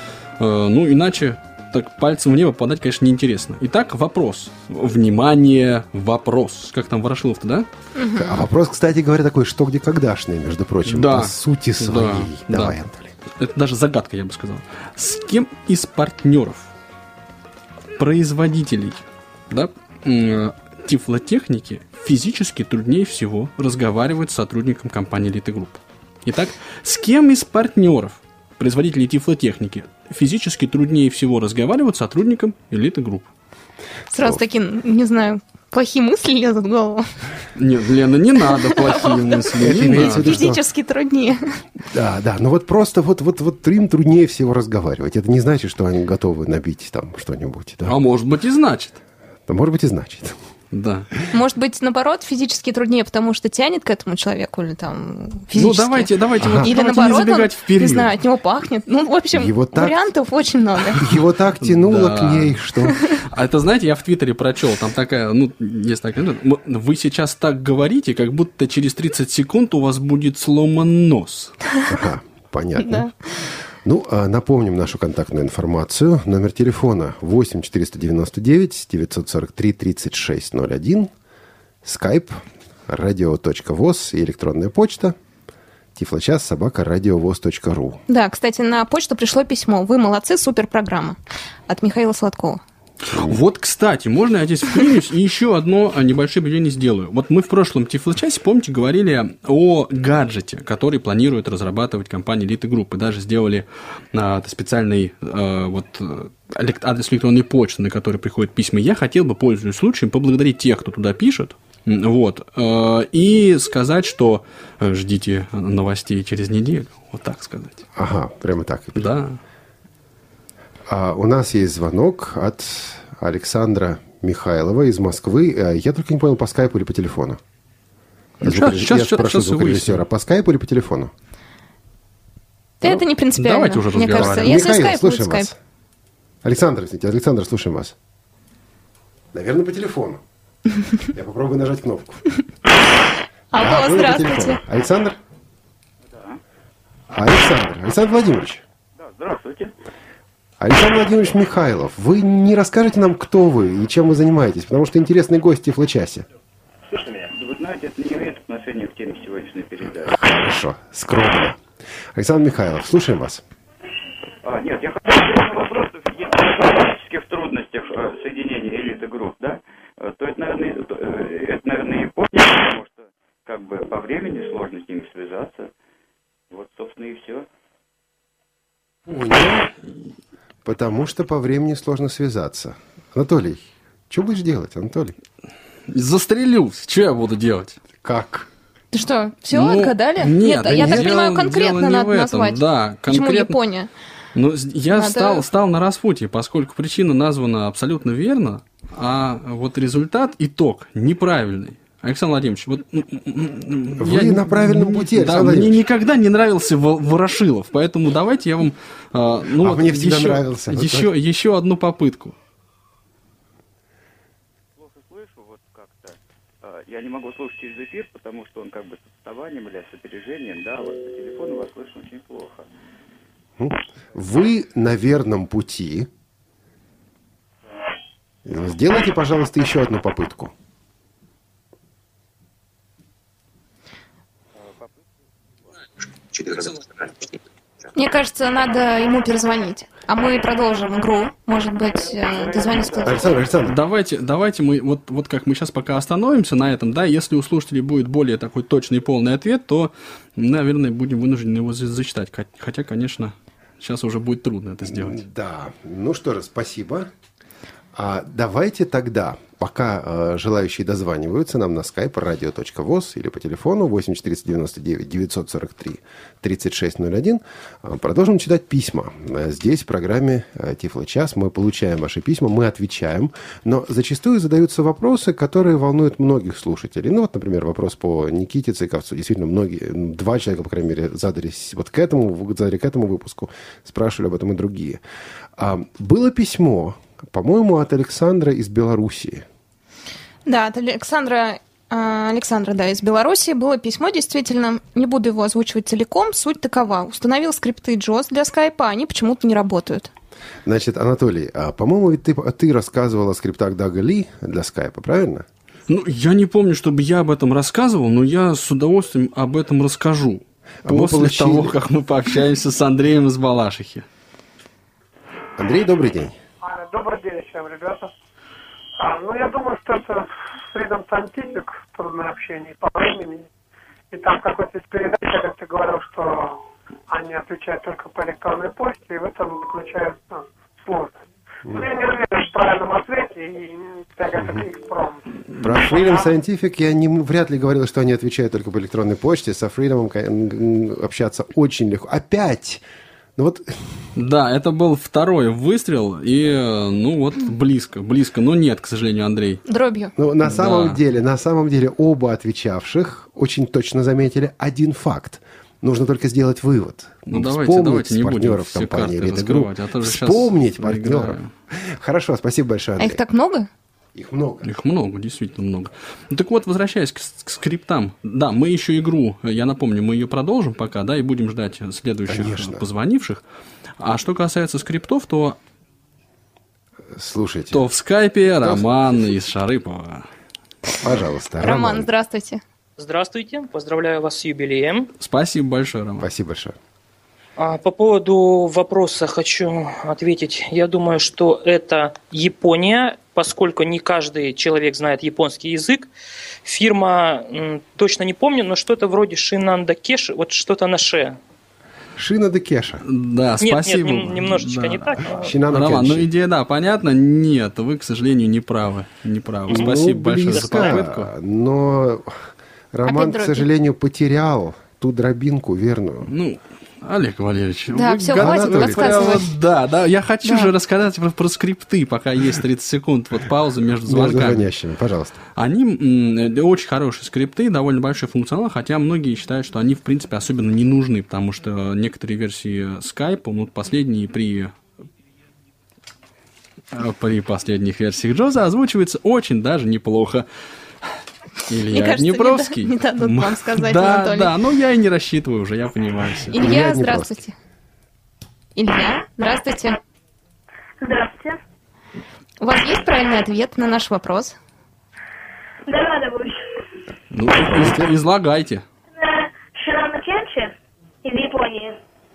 иначе так пальцем в небо попадать, конечно, неинтересно. Итак, вопрос. Внимание, вопрос. Как там Ворошилов-то, да? А вопрос, кстати говоря, такой, что, где, когда-шный, между прочим. Да. По сути своей. Да. Давай, Анатолий. Это даже загадка, я бы сказал. С кем из партнеров, производителей, да, тифлотехники физически труднее всего разговаривать с сотрудником компании Elite Group? Итак, с кем из партнеров, производителей тифлотехники, физически труднее всего разговаривать с сотрудником Elite Group? Сразу такие, не знаю, плохие мысли лезут в голову. Нет, Лена, не надо плохие мысли. Это имеется в виду, что... Физически труднее. Да, просто им труднее всего разговаривать. Это не значит, что они готовы набить там что-нибудь. Да? А может быть и значит. Да, может быть и значит. Да. Может быть, наоборот, физически труднее, потому что тянет к этому человеку или там физически. Давайте или наоборот, он, не знаю, от него пахнет. В общем, вариантов очень много. Его так тянуло к ней, что... А это, знаете, я в Твиттере прочел, там такая, есть такая, вы сейчас так говорите, как будто через 30 секунд у вас будет сломан нос. Ага, понятно. Напомним нашу контактную информацию. Номер телефона 8 499 943 3601. Skype, radio.voz и электронная почта tifloчас@radiovoz.ru. Да, кстати, на почту пришло письмо. Вы молодцы, супер программа. От Михаила Сладкова. Вот, кстати, можно я здесь вклинюсь и еще одно небольшое объявление сделаю. Вот мы в прошлом Тифло-часе, помните, говорили о гаджете, который планирует разрабатывать компания Elite Group, и даже сделали специальный адрес электронной почты, на который приходят письма. Я хотел бы, пользуясь случаем, поблагодарить тех, кто туда пишет, и сказать, что ждите новостей через неделю, вот так сказать. Ага, прямо так. Да. У нас есть звонок от Александра Михайлова из Москвы. Я только не понял, по скайпу или по телефону? Я спрошу звукорежиссера, по скайпу или по телефону? Это не принципиально. Давайте уже разговариваем. Михаил, слушаем вас. Александр, слушаем вас. Наверное, по телефону. Я попробую нажать кнопку. Алло, здравствуйте. Александр? Да. Александр Владимирович. Здравствуйте. Александр Владимирович Михайлов, вы не расскажете нам, кто вы и чем вы занимаетесь? Потому что интересный гость в Тифлочасе. Слушайте меня, вы знаете, это не имеет отношения к теме сегодняшней передачи. Хорошо, скромно. Александр Михайлов, слушаем вас. Нет, я хотел задать вопрос, если в технических трудностях соединения элит и групп, да, то это, наверное, Япония, потому что как бы по времени сложно с ними связаться. Вот, собственно, и все. Понял. Потому что по времени сложно связаться. Анатолий, что будешь делать, Анатолий? Застрелюсь. Что я буду делать? Как? Ты что, все Ну, отгадали? нет, я так дело- понимаю, дело конкретно не в надо этом, назвать. да, Почему конкретно. Япония? Ну, я Надо- стал на распутье, поскольку причина названа абсолютно верно, а вот результат, итог неправильный. Александр Владимирович, вот Вы на правильном пути, Да, Александр мне Владимирович. никогда не нравился Ворошилов, поэтому давайте я вам мне всегда нравился. еще одну попытку. Плохо слышу, вот как-то. Я не могу слушать через эфир, потому что он как бы с отставанием или с опережением, да, вот по телефону вас слышно очень плохо. Вы на верном пути. Сделайте, пожалуйста, еще одну попытку. Мне кажется, надо ему перезвонить. А мы продолжим игру. Может быть, дозвонится кто-то. Александр. Давайте мы, вот как мы сейчас пока остановимся на этом, да, если у слушателей будет более такой точный и полный ответ, то, наверное, будем вынуждены его зачитать. Хотя, конечно, сейчас уже будет трудно это сделать. Да, ну что же, спасибо. Давайте тогда, пока желающие дозваниваются нам на skype radio.voz или по телефону 8499 943 3601, продолжим читать письма. Здесь в программе Тифлочас мы получаем ваши письма, мы отвечаем, но зачастую задаются вопросы, которые волнуют многих слушателей. Ну вот, например, вопрос по Никите Цейковцу. Действительно, два человека, по крайней мере, задались к этому выпуску, спрашивали об этом и другие. Было письмо, по-моему, от Александра из Белоруссии. Да, от Александра, да, из Беларуси было письмо, действительно, не буду его озвучивать целиком, суть такова. Установил скрипты JAWS для скайпа, они почему-то не работают. Значит, Анатолий, по-моему, ведь ты рассказывал о скриптах Дага Ли для скайпа, правильно? Ну, я не помню, чтобы я об этом рассказывал, но я с удовольствием об этом расскажу. После того, как мы пообщаемся с Андреем из Балашихи. Андрей, добрый день. Добрый день всем, ребята. Я думаю, что это Freedom Scientific, трудное общение по времени. И там какой-то из передач, как ты говорил, что они отвечают только по электронной почте, и в этом заключается сложность. Я не уверен в правильном ответе, и так это X-Prom. Про Freedom Scientific я вряд ли говорил, что они отвечают только по электронной почте. Со Freedom общаться очень легко. Опять! Да, это был второй выстрел, и, близко, но нет, к сожалению, Андрей. Дробью. На самом деле, оба отвечавших очень точно заметили один факт. Нужно только сделать вывод. Давайте не партнеров будем компании все карты раскрывать, а то же вспомнить сейчас партнеров. проиграем. Хорошо, спасибо большое, Андрей. А их так много? Их много. Их много, действительно много. Так вот, возвращаясь к скриптам. Да, мы еще игру, я напомню, мы ее продолжим пока, да, и будем ждать следующих позвонивших. А что касается скриптов, то... Слушайте. То в скайпе Роман из Шарыпова. Пожалуйста, Роман, здравствуйте. Здравствуйте, поздравляю вас с юбилеем. Спасибо большое, Роман. Спасибо большое. По поводу вопроса хочу ответить. Я думаю, что это Япония, поскольку не каждый человек знает японский язык. Фирма, точно не помню, но что-то вроде Шинанда Кеш, вот что-то на ше. Шина де Кеша. Да, спасибо. Нет, немножечко не так. Роман, идея, понятно? Нет, вы, к сожалению, не правы. Спасибо большое за попытку. Но Роман, к сожалению, потерял ту дробинку верную. Олег Валерьевич, да, все, хватит рассказывать. Да, я хочу же рассказать про скрипты, пока есть 30 секунд, пауза между звонками. Звонящими, пожалуйста. Они очень хорошие скрипты, довольно большой функционал, хотя многие считают, что они, в принципе, особенно не нужны, потому что некоторые версии Skype, последние при последних версиях JAWS озвучиваются очень даже неплохо. Илья Днепровский. Не дадут вам сказать, Анатолий. Да, но я и не рассчитываю уже, я понимаю все. Илья, здравствуйте. Илья, здравствуйте. Здравствуйте. У вас есть правильный ответ на наш вопрос? Да, надо будет. Ну, излагайте. Шинано Кенши из Японии.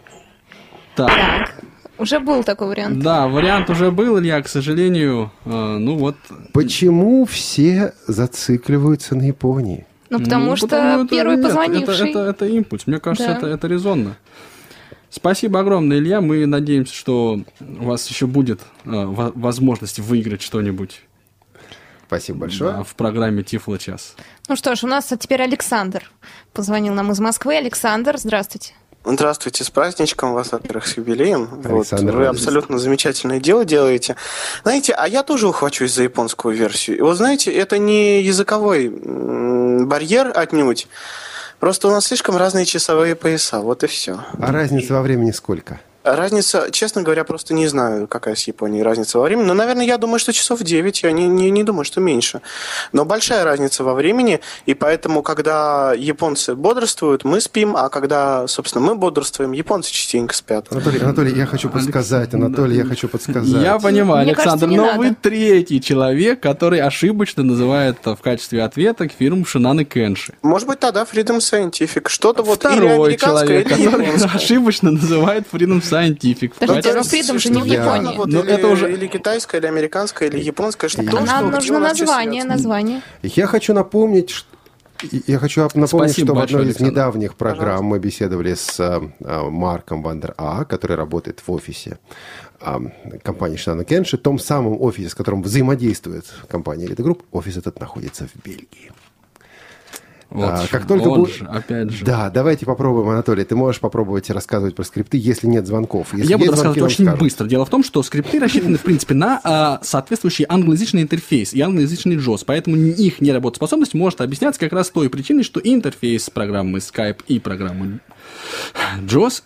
Так. Уже был такой вариант. Да, вариант уже был, Илья, к сожалению. Ну вот. Почему все зацикливаются на Японии? Ну, потому что первый позвонивший... Это импульс. Мне кажется, это резонно. Спасибо огромное, Илья. Мы надеемся, что у вас еще будет возможность выиграть что-нибудь. Спасибо большое. Да, в программе «Тифло час». Ну что ж, у нас теперь Александр позвонил нам из Москвы. Александр, здравствуйте. Здравствуйте, с праздничком вас, во-первых, с юбилеем. Александр, вы абсолютно замечательное дело делаете. Знаете, а я тоже ухвачусь за японскую версию. И вот знаете, это не языковой барьер отнюдь. Просто у нас слишком разные часовые пояса, вот и все. А разница во времени сколько? Разница, честно говоря, просто не знаю, какая с Японией разница во времени. Но, наверное, я думаю, что часов 9, я не думаю, что меньше. Но большая разница во времени, и поэтому, когда японцы бодрствуют, мы спим, а когда, собственно, мы бодрствуем, японцы частенько спят. Анатолий, я хочу подсказать. Я понимаю, Александр, но вы третий человек, который ошибочно называет в качестве ответа фирму Шинано Кенши. Может быть, тогда Freedom Scientific. Что-то вот или второй американское, человек, или который японское. ошибочно называет Freedom Scientific. Подождите, но Freedom же не в Японии. Вот, или китайское, или американское, или японское. Нам нужно название. Я хочу напомнить, Спасибо что в большое, одной из Александр. недавних программ мы беседовали с Марком Вандер А, который работает в офисе компании Шинано Кенши, том самом офисе, с которым взаимодействует компания Elite Group. Офис этот находится в Бельгии. Вот как только опять же. Да, давайте попробуем, Анатолий. Ты можешь попробовать рассказывать про скрипты, если нет звонков. Если Я буду есть рассказывать звонки, очень нам скажут. быстро. Дело в том, что скрипты рассчитаны, в принципе, на соответствующий англоязычный интерфейс и англоязычный JAWS, поэтому их неработоспособность может объясняться как раз той причиной, что интерфейс программы Skype и программы JAWS,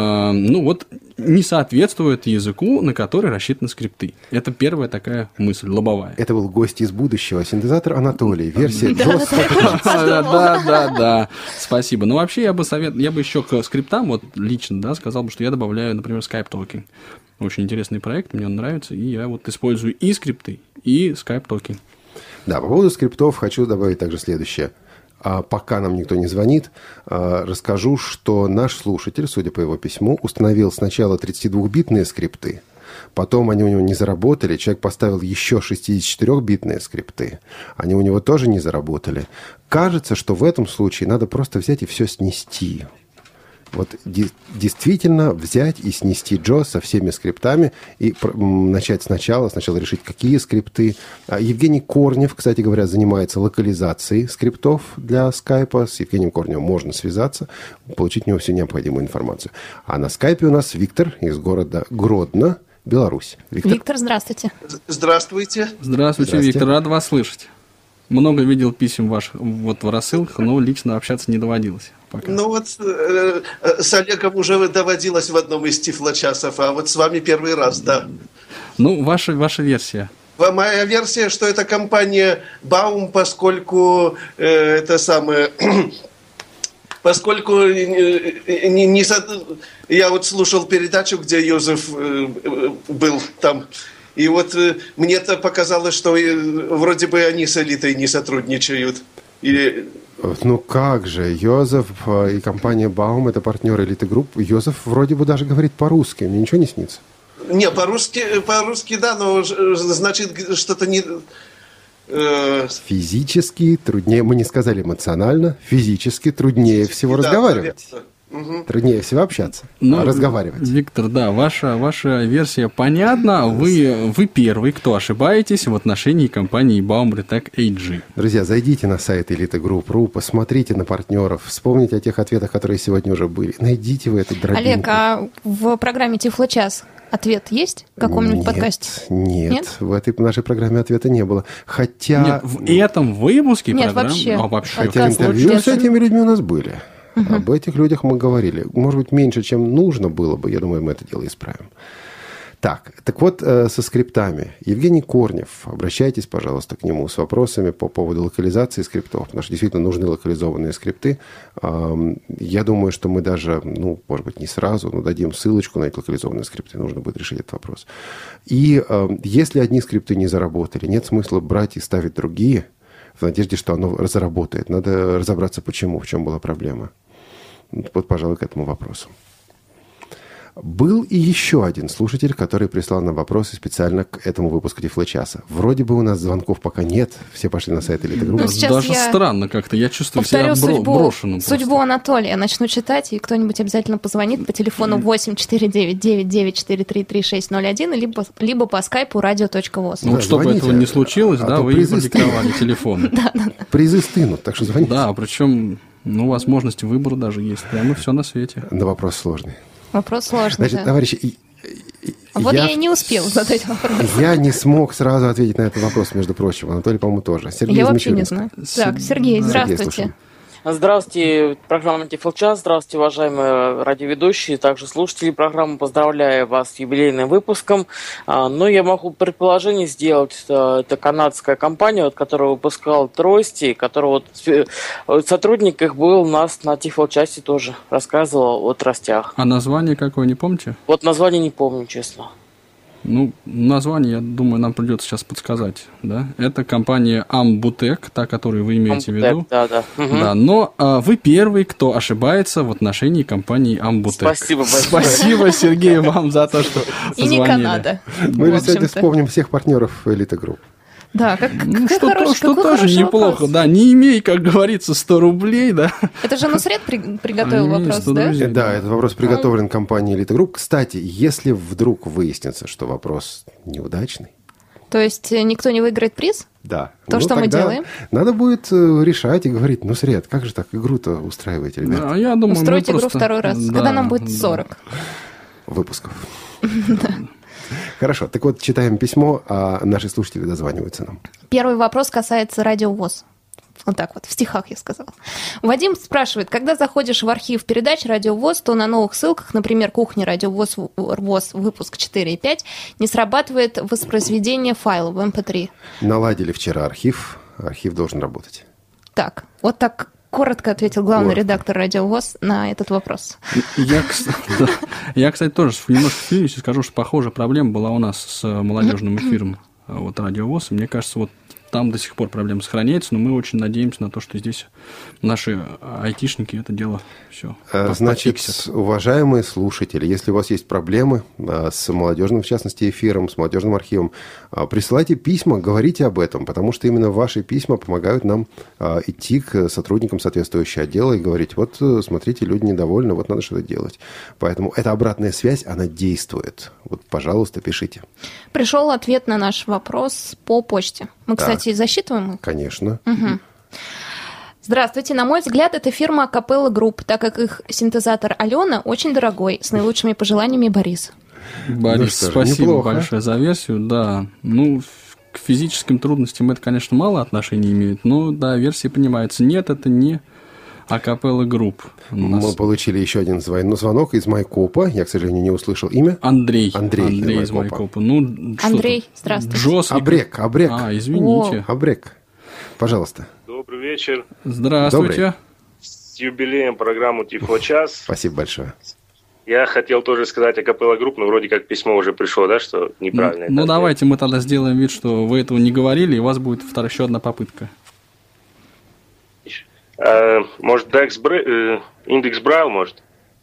не соответствует языку, на который рассчитаны скрипты. Это первая такая мысль, лобовая. Это был гость из будущего, синтезатор Анатолий, версия JAWS. Да. Спасибо. Но вообще я бы еще к скриптам, вот лично, сказал бы, что я добавляю, например, Skype Talking. Очень интересный проект, мне он нравится, и я вот использую и скрипты, и Skype Talking. Да, по поводу скриптов хочу добавить также следующее. Пока нам никто не звонит, расскажу, что наш слушатель, судя по его письму, установил сначала 32-битные скрипты, потом они у него не заработали, человек поставил еще 64-битные скрипты, они у него тоже не заработали. Кажется, что в этом случае надо просто взять и все снести. Вот действительно взять и снести JAWS со всеми скриптами и начать сначала решить, какие скрипты. Евгений Корнев, кстати говоря, занимается локализацией скриптов для скайпа. С Евгением Корневым можно связаться, получить у него всю необходимую информацию. А на скайпе у нас Виктор из города Гродно, Беларусь. Виктор, здравствуйте. Здравствуйте. Здравствуйте, Виктор, рад вас слышать. Много видел писем ваших в рассылках, но лично общаться не доводилось. Пока. Ну вот с Олегом уже доводилось в одном из тифлочасов, а вот с вами первый раз, да. Ну, ваша версия. Моя версия, что это компания Baum, поскольку поскольку я вот слушал передачу, где Йозеф был там. И вот мне-то показалось, что вроде бы они с элитой не сотрудничают. Ну как же, Йозеф и компания Baum – это партнеры Elite Group. Йозеф вроде бы даже говорит по-русски, мне ничего не снится. Не, по-русски да, но значит что-то не... Физически труднее, мы не сказали эмоционально, физически труднее всего разговаривать. Труднее всего общаться, разговаривать. Виктор, да, ваша версия понятна. Вы первый, кто ошибаетесь в отношении компании Baum Retech AG. Друзья, зайдите на сайт Elite Group.ru, посмотрите на партнеров, вспомните о тех ответах, которые сегодня уже были. Найдите вы эту дробинку. Олег, а в программе «Тифло час» ответ есть в каком-нибудь подкасте? Нет, в этой нашей программе ответа не было. Хотя... Нет, в этом выпуске программы... вообще. Хотя интервью с этими людьми у нас были. Об этих людях мы говорили. Может быть, меньше, чем нужно было бы. Я думаю, мы это дело исправим. Так вот, со скриптами. Евгений Корнев, обращайтесь, пожалуйста, к нему с вопросами по поводу локализации скриптов, потому что действительно нужны локализованные скрипты. Я думаю, что мы даже, может быть, не сразу, но дадим ссылочку на эти локализованные скрипты. Нужно будет решить этот вопрос. И если одни скрипты не заработали, нет смысла брать и ставить другие в надежде, что оно заработает. Надо разобраться, почему, в чем была проблема. Вот, пожалуй, к этому вопросу. Был и еще один слушатель, который прислал нам вопросы специально к этому выпуску Тифло-часа. Вроде бы у нас звонков пока нет, все пошли на сайт Элиты Групп. Даже странно как-то, я чувствую себя брошенным. Судьбу Анатолия начну читать, и кто-нибудь обязательно позвонит по телефону 84999433601, либо по скайпу radio.voz. Ну, чтобы этого не случилось, вы продиктовали телефон. Призы стынут, так что звоните. Да, причем, возможность выбора даже есть, прямо все на свете. Но вопрос сложный. Вопрос сложный, Значит, товарищи, я и не успел задать вопрос. Я не смог сразу ответить на этот вопрос, между прочим. Анатолий, по-моему, тоже. Сергей я вообще не знаю. Так, Сергей, здравствуйте. Здравствуйте, программа «Тифло-час». Здравствуйте, уважаемые радиоведущие, также слушатели программы. Поздравляю вас с юбилейным выпуском. Но я могу предположение сделать. Это канадская компания, которая выпускала трости, которая сотрудник их был у нас на «Тифло-часе» тоже рассказывал о тростях. А название какое, не помните? Вот название не помню, честно. Название, я думаю, нам придется сейчас подсказать, да? Это компания Ambutek, та, которую вы имеете в виду. Да. Угу. Да, но вы первый, кто ошибается в отношении компании Ambutek. Спасибо большое. Спасибо, Сергей, вам за то, что позвонили. И не Канада. Мы же сегодня вспомним всех партнеров Элиты Групп. Да, что тоже неплохо, вопрос. Да, не имей, как говорится, 100 рублей, да. Это же Нусрет приготовил вопрос, да? Да, этот вопрос приготовлен компанией Элита Групп. Кстати, если вдруг выяснится, что вопрос неудачный. То есть никто не выиграет приз? Да. То, что мы делаем? Надо будет решать и говорить, Нусрет, как же так игру-то устраиваете, ребята? Да, я думаю, устроить игру второй раз, когда нам будет 40 выпусков. Хорошо, так вот, читаем письмо, а наши слушатели дозваниваются нам. Первый вопрос касается Радио ВОС. Вот так вот, в стихах я сказала. Вадим спрашивает, когда заходишь в архив передач Радио ВОС, то на новых ссылках, например, «Кухня Радио ВОС, выпуск 4 и 5, не срабатывает воспроизведение файла в MP3. Наладили вчера архив должен работать. Так, вот так коротко ответил главный редактор Радио ВОС на этот вопрос. Я, кстати, тоже немножко вклинюсь и скажу, что похожая проблема была у нас с молодежным эфиром Радио ВОС. Мне кажется, там до сих пор проблема сохраняется, но мы очень надеемся на то, что здесь наши айтишники это дело все Значит, уважаемые слушатели, если у вас есть проблемы с молодежным, в частности, эфиром, с молодежным архивом, присылайте письма, говорите об этом, потому что именно ваши письма помогают нам идти к сотрудникам соответствующего отдела и говорить, вот, смотрите, люди недовольны, вот надо что-то делать. Поэтому эта обратная связь, она действует. Вот, пожалуйста, пишите. Пришел ответ на наш вопрос по почте. Мы, кстати, засчитываем их? Конечно. Угу. Здравствуйте. На мой взгляд, это фирма Acapella Group, так как их синтезатор Алена очень дорогой. С наилучшими пожеланиями, Борис. Борис, спасибо большое за версию. Да, к физическим трудностям это, конечно, мало отношения имеет, но, да, версии понимаются. Нет, это не Acapella Group. Мы получили еще один звонок из Майкопа. Я, к сожалению, не услышал имя. Андрей из Майкопа. Андрей, здравствуйте. Джос. Абрек. Извините. Абрек, пожалуйста. Добрый вечер. Здравствуйте. Добрый. С юбилеем программу «Тифло-час». Спасибо большое. Я хотел тоже сказать Acapella Group, но вроде как письмо уже пришло, да, что неправильно. Давайте мы тогда сделаем вид, что вы этого не говорили, и у вас будет еще одна попытка. Может, индекс Braille, может?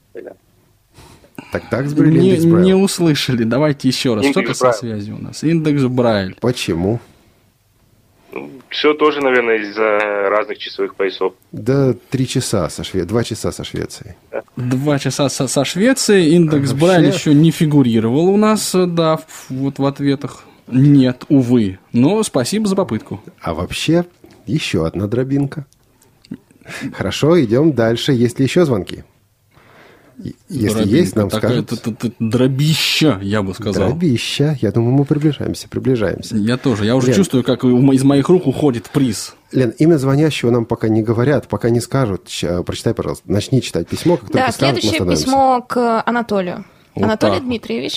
Так, индекс Braille. Не услышали. Давайте еще раз. Что-то со связью у нас. Индекс Braille. Почему? Все тоже, наверное, из-за разных часовых поясов. Да, 2 часа со Швецией. 2 часа со Швецией. Индекс Braille еще не фигурировал у нас, да, вот в ответах. Нет, увы. Но спасибо за попытку. А вообще, еще одна дробинка. Хорошо, идем дальше. Есть ли еще звонки? Если дробинка, есть, нам скажут. Дробища, я бы сказал. Дробища. Я думаю, мы приближаемся. Я тоже. Я уже чувствую, как из моих рук уходит приз. Лен, имя звонящего нам пока не говорят, пока не скажут. Прочитай, пожалуйста. Начни читать письмо, как только скажут, следующее письмо к Анатолию. Анатолий Дмитриевич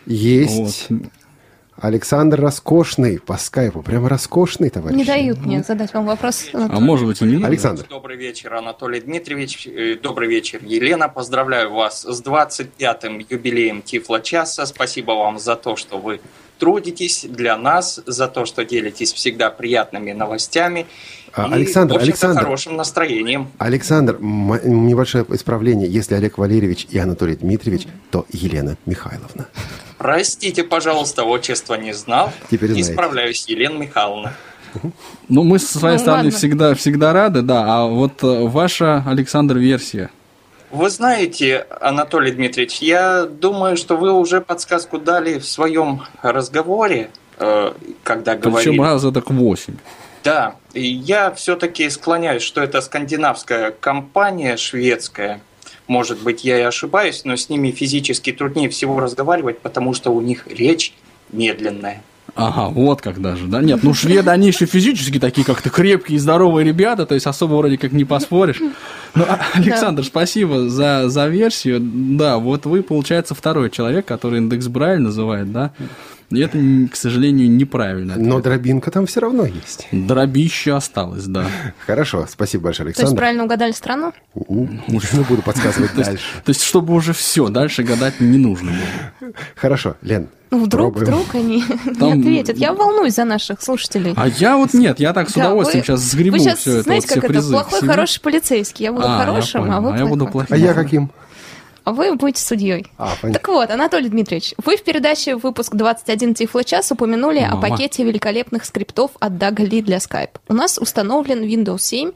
Есть. Вот. Александр Роскошный по скайпу. Прямо роскошный, товарищ. Не дают мне задать вам вопрос. А может быть и не надо. Александр. Добрый вечер, Анатолий Дмитриевич. Добрый вечер, Елена. Поздравляю вас с 25-м юбилеем Тифло-часа. Спасибо вам за то, что вы трудитесь для нас, за то, что делитесь всегда приятными новостями Александр, и, хорошим настроением. Александр, небольшое исправление. Если Олег Валерьевич и Анатолий Дмитриевич, то Елена Михайловна. Простите, пожалуйста, отчество не знал. Теперь исправляюсь, Елена Михайловна. Ну, мы со своей стороны всегда рады, да. А вот ваша, Александр, версия? Вы знаете, Анатолий Дмитриевич, я думаю, что вы уже подсказку дали в своем разговоре, когда говорили. Причем раза так 8. Да, и я все-таки склоняюсь, что это скандинавская компания, шведская. Может быть, я и ошибаюсь, но с ними физически труднее всего разговаривать, потому что у них речь медленная. Ага, вот как даже, да? Нет, ну шведы, они еще физически такие как-то крепкие и здоровые ребята, то есть особо вроде как не поспоришь. Ну, Александр, спасибо за версию. Да, вот вы, получается, второй человек, который индекс Брайль называет, да? И это, к сожалению, неправильно. Но дробинка там все равно есть. Дробище осталось, да. Хорошо, спасибо большое, Александр. То есть правильно угадали страну? Не буду подсказывать дальше. То есть, чтобы уже все, дальше гадать не нужно было. Хорошо, Лен. Ну, вдруг они не ответят. Я волнуюсь за наших слушателей. А я вот нет, я так с удовольствием сейчас сгребу все это. Вы сейчас, знаете, как это, плохой, хороший полицейский. Я буду хорошим, а вы плохим. А я каким? А вы будете судьей. Так вот, Анатолий Дмитриевич, вы в передаче «Выпуск 21 Тифло-час» упомянули о пакете великолепных скриптов от Дага Ли для Skype. У нас установлен Windows 7,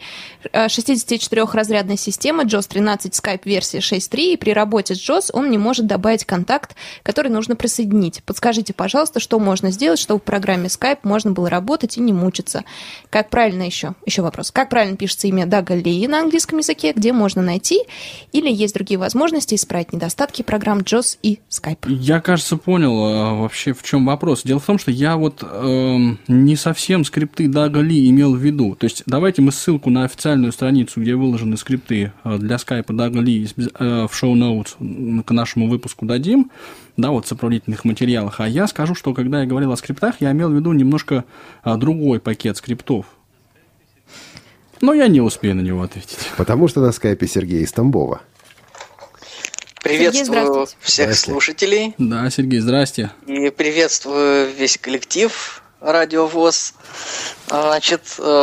64-разрядная система, JAWS 13 Skype версии 6.3, и при работе с JAWS он не может добавить контакт, который нужно присоединить. Подскажите, пожалуйста, что можно сделать, чтобы в программе Skype можно было работать и не мучиться? Как правильно еще вопрос. Как правильно пишется имя Дага Ли на английском языке? Где можно найти? Или есть другие возможности исправить недостатки программ JAWS и Skype? Я, кажется, понял вообще, в чем вопрос. Дело в том, что я вот не совсем скрипты Дага Ли имел в виду. То есть давайте мы ссылку на официальную страницу, где выложены скрипты для Skype Дага Ли в шоу-ноутс к нашему выпуску дадим, да, вот в сопроводительных материалах. А я скажу, что когда я говорил о скриптах, я имел в виду немножко другой пакет скриптов. Но я не успею на него ответить. Потому что на скайпе Сергей из Тамбова. Приветствую всех слушателей. Да, Сергей, здрасте. И приветствую весь коллектив Радио ВОС. Значит,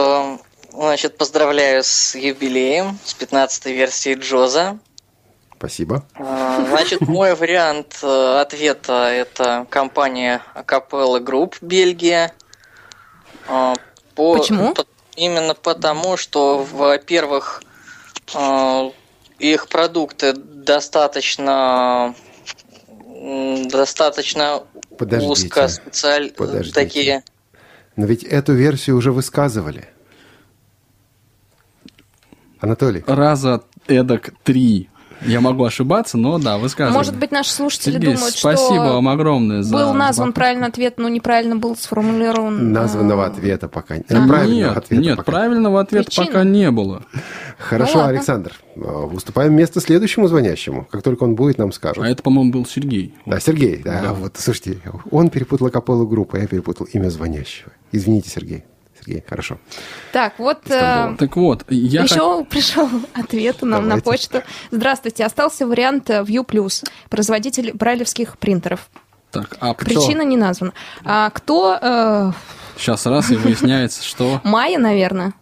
поздравляю с юбилеем, с 15-й версией Джоза. Спасибо. Значит, мой вариант ответа – это компания Acapella Group, Бельгия. Почему? Именно потому, что, во-первых, их продукты достаточно узко такие. Но ведь эту версию уже высказывали. Анатолий. Раза эдак 3. Я могу ошибаться, но да, высказывали. Может быть, наши слушатели Сергей, думают, спасибо что вам огромное за был назван правильный ответ, но неправильно был сформулирован. Названного ответа пока нет. Правильного ответа пока не было. Хорошо, Александр. Выступаем вместо следующему звонящему. Как только он будет, нам скажут. А это, по-моему, был Сергей. Да, Сергей. Да. Вот, слушайте, он перепутал Acapella Group, а я перепутал имя звонящего. Извините, Сергей. Хорошо. Так, вот еще пришел ответ нам на почту. Здравствуйте, остался вариант View Plus, производитель брайлевских принтеров. Так, причина не названа. А кто? Сейчас раз и выясняется, что... Майя, наверное.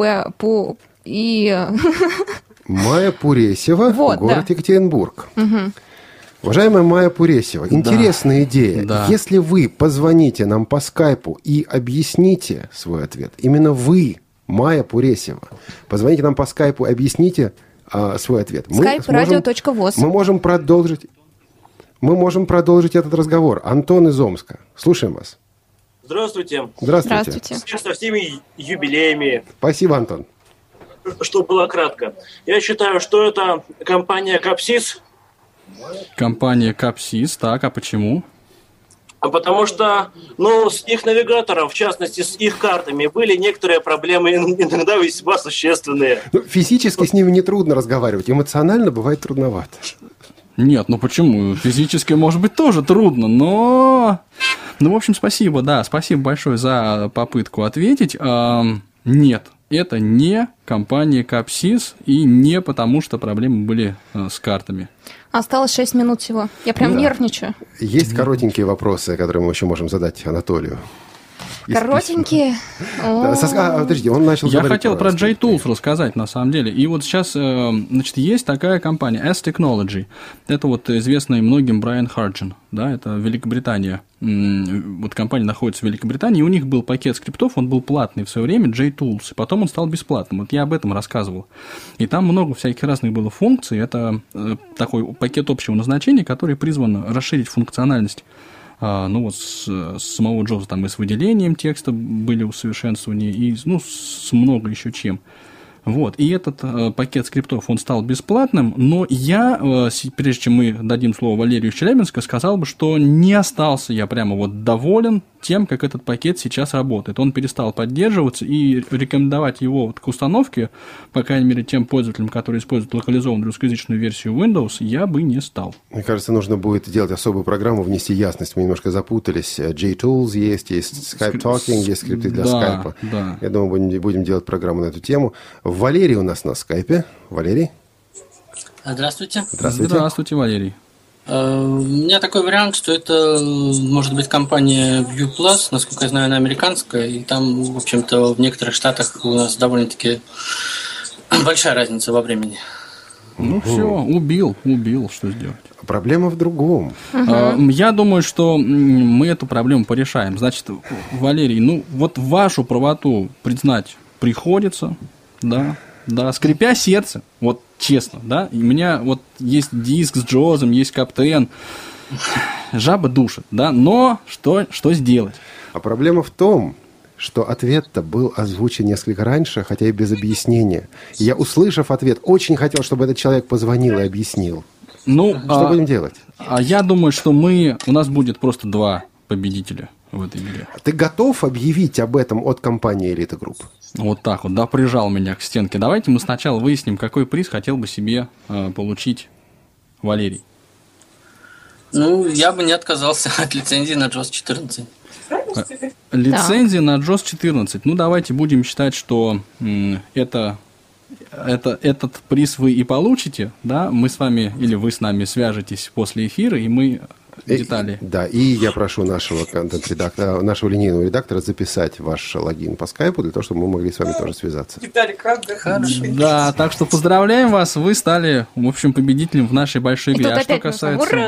Майя Пуресева, город Екатеринбург. Угу. Уважаемая Майя Пуресева, интересная идея. Да. Если вы позвоните нам по скайпу и объясните свой ответ, именно вы, Майя Пуресева, позвоните нам по скайпу и объясните свой ответ. Skype-radio.voz. Мы можем продолжить этот разговор. Антон из Омска. Слушаем вас. Здравствуйте. Здравствуйте. Со всеми юбилеями. Спасибо, Антон. Чтобы было кратко. Я считаю, что это компания Капсис. Компания Капсис, так, а почему? Потому что, с их навигатором, в частности, с их картами, были некоторые проблемы, иногда весьма существенные. Физически с ними нетрудно разговаривать, эмоционально бывает трудновато. Нет, ну почему? Физически, может быть, тоже трудно, но... Ну, в общем, спасибо, да, спасибо большое за попытку ответить. Нет, это не компания Capsys и не потому, что проблемы были с картами. Осталось 6 минут всего. Я прям нервничаю. Есть коротенькие вопросы, которые мы еще можем задать Анатолию. Коротенькие. Подожди, он начал говорить. Я хотел про JTools рассказать, на самом деле. И вот сейчас, значит, есть такая компания S-Technology. Это вот известный многим Брайан Харджин. Да, это Великобритания. Вот компания находится в Великобритании, и у них был пакет скриптов, он был платный в свое время, JTools, и потом он стал бесплатным. Вот я об этом рассказывал. И там много всяких разных было функций. Это такой пакет общего назначения, который призван расширить функциональность. Ну, вот с самого Джобса там и с выделением текста были усовершенствования, и, ну, с много еще чем. Вот, и этот пакет скриптов, он стал бесплатным, но я, прежде чем мы дадим слово Валерию из Челябинска, сказал бы, что не остался я прямо вот доволен тем, как этот пакет сейчас работает. Он перестал поддерживаться, и рекомендовать его вот к установке, по крайней мере, тем пользователям, которые используют локализованную русскоязычную версию Windows, я бы не стал. Мне кажется, нужно будет делать особую программу, внести ясность. Мы немножко запутались. JTools есть Skype Talking, есть скрипты для Skype. Да. Я думаю, будем делать программу на эту тему. Валерий у нас на скайпе. Валерий? Здравствуйте. Здравствуйте, Валерий. У меня такой вариант, что это может быть компания ViewPlus, насколько я знаю, она американская, и там, в общем-то, в некоторых штатах у нас довольно-таки большая разница во времени. Ну все, убил, что сделать. Проблема в другом. Я думаю, что мы эту проблему порешаем. Значит, Валерий, ну вот вашу правоту признать приходится, да, скрипя сердце, вот честно, да, и у меня вот есть диск с Джозом, есть Каптен, жаба душит, да, но что сделать? А проблема в том, что ответ-то был озвучен несколько раньше, хотя и без объяснения. И я, услышав ответ, очень хотел, чтобы этот человек позвонил и объяснил. Ну, что будем делать? Я думаю, что у нас будет просто 2 победителя в этой игре. Ты готов объявить об этом от компании Elite Group? Вот так вот, да, прижал меня к стенке. Давайте мы сначала выясним, какой приз хотел бы себе получить Валерий. Ну, я бы не отказался от лицензии на JOS 14. Лицензия на JOS 14. Ну, давайте будем считать, что этот приз вы и получите, да, мы с вами, или вы с нами свяжетесь после эфира, и мы детали. Да, и я прошу нашего контент-редактора, нашего линейного редактора записать ваш логин по скайпу, для того, чтобы мы могли с вами тоже связаться. Да, так что поздравляем вас, вы стали, в общем, победителем в нашей большой игре. А что касается...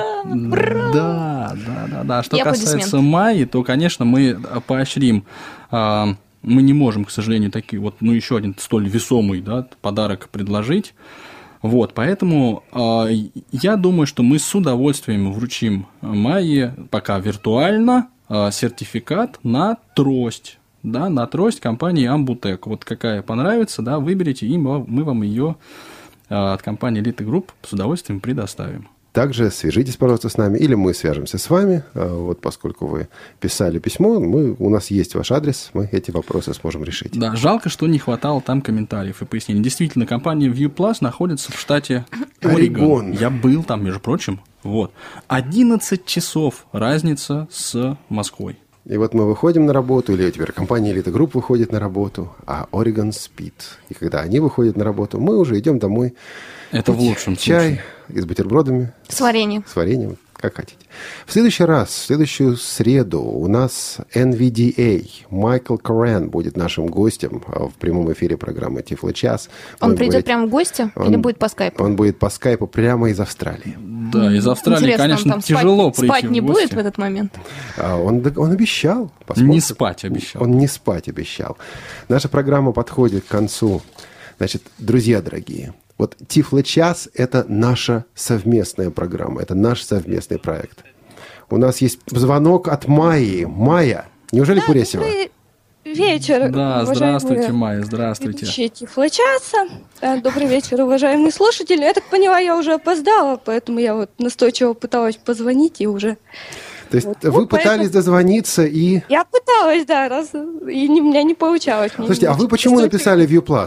Да. Что касается Майи, то, конечно, мы поощрим. Мы не можем, к сожалению, такие вот, ну, еще один столь весомый, да, подарок предложить. Вот, поэтому я думаю, что мы с удовольствием вручим Майе пока виртуально сертификат на трость, да, на трость компании Ambutech. Вот какая понравится, да, выберите, и мы вам ее от компании Elite Group с удовольствием предоставим. Также свяжитесь, пожалуйста, с нами, или мы свяжемся с вами. Вот поскольку вы писали письмо, у нас есть ваш адрес, мы эти вопросы сможем решить. Да, жалко, что не хватало там комментариев и пояснений. Действительно, компания ViewPlus находится в штате Орегон. Я был там, между прочим. Вот. 11 часов разница с Москвой. И вот мы выходим на работу, или теперь компания Elite Group выходит на работу, а Орегон спит. И когда они выходят на работу, мы уже идем домой. Это в лучшем чай и с бутербродами. С вареньем. С вареньем, как хотите. В следующую среду у нас NVDA. Майкл Корен будет нашим гостем в прямом эфире программы Тифло Час. Он придет прямо в гости или будет по скайпу? Он будет по скайпу прямо из Австралии. Да, из Австралии, интересно, конечно, там тяжело прийти спать не будет в этот момент? Он обещал. Не спать обещал. Он не спать обещал. Наша программа подходит к концу. Значит, друзья дорогие, вот Тифло Час – это наша совместная программа, это наш совместный проект. У нас есть звонок от Майи. Майя, неужели Куресева? Добрый вечер. Да, здравствуйте, Майя, здравствуйте. Тифло Часа. Добрый вечер, уважаемые слушатели. Я так поняла, я уже опоздала, поэтому я вот настойчиво пыталась позвонить и уже... То есть вы пытались дозвониться и... Я пыталась, да, и у меня не получалось. Слушайте, а вы почему написали ViewPlus?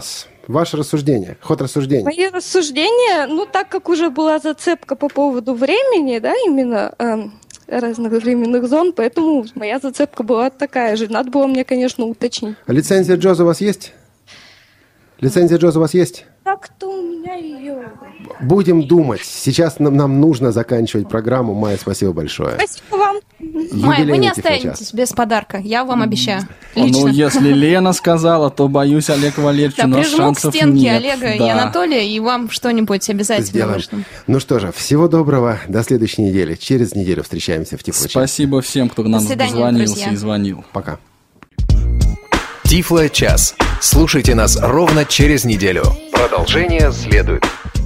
ваше рассуждение, ход рассуждения. Мои рассуждения, так как уже была зацепка по поводу времени, да, именно разных временных зон, поэтому моя зацепка была такая же. Надо было мне, конечно, уточнить. Лицензия JAWS у вас есть? Лицензия JAWS у вас есть? Так-то у меня ее... Будем думать. Сейчас нам нужно заканчивать программу. Майя, спасибо большое. Спасибо вам. Майя, вы не останетесь без подарка, я вам обещаю. Лично. Если Лена сказала, то, боюсь, Олег Валерьевич, у нас шансов нет. Прижму к стенке Олега и Анатолия, и вам что-нибудь обязательно нужно. Ну что же, всего доброго. До следующей недели. Через неделю встречаемся в Тифло Час. Спасибо всем, кто к нам дозвонился и звонил. Пока. Тифло Час. Слушайте нас ровно через неделю. Продолжение следует.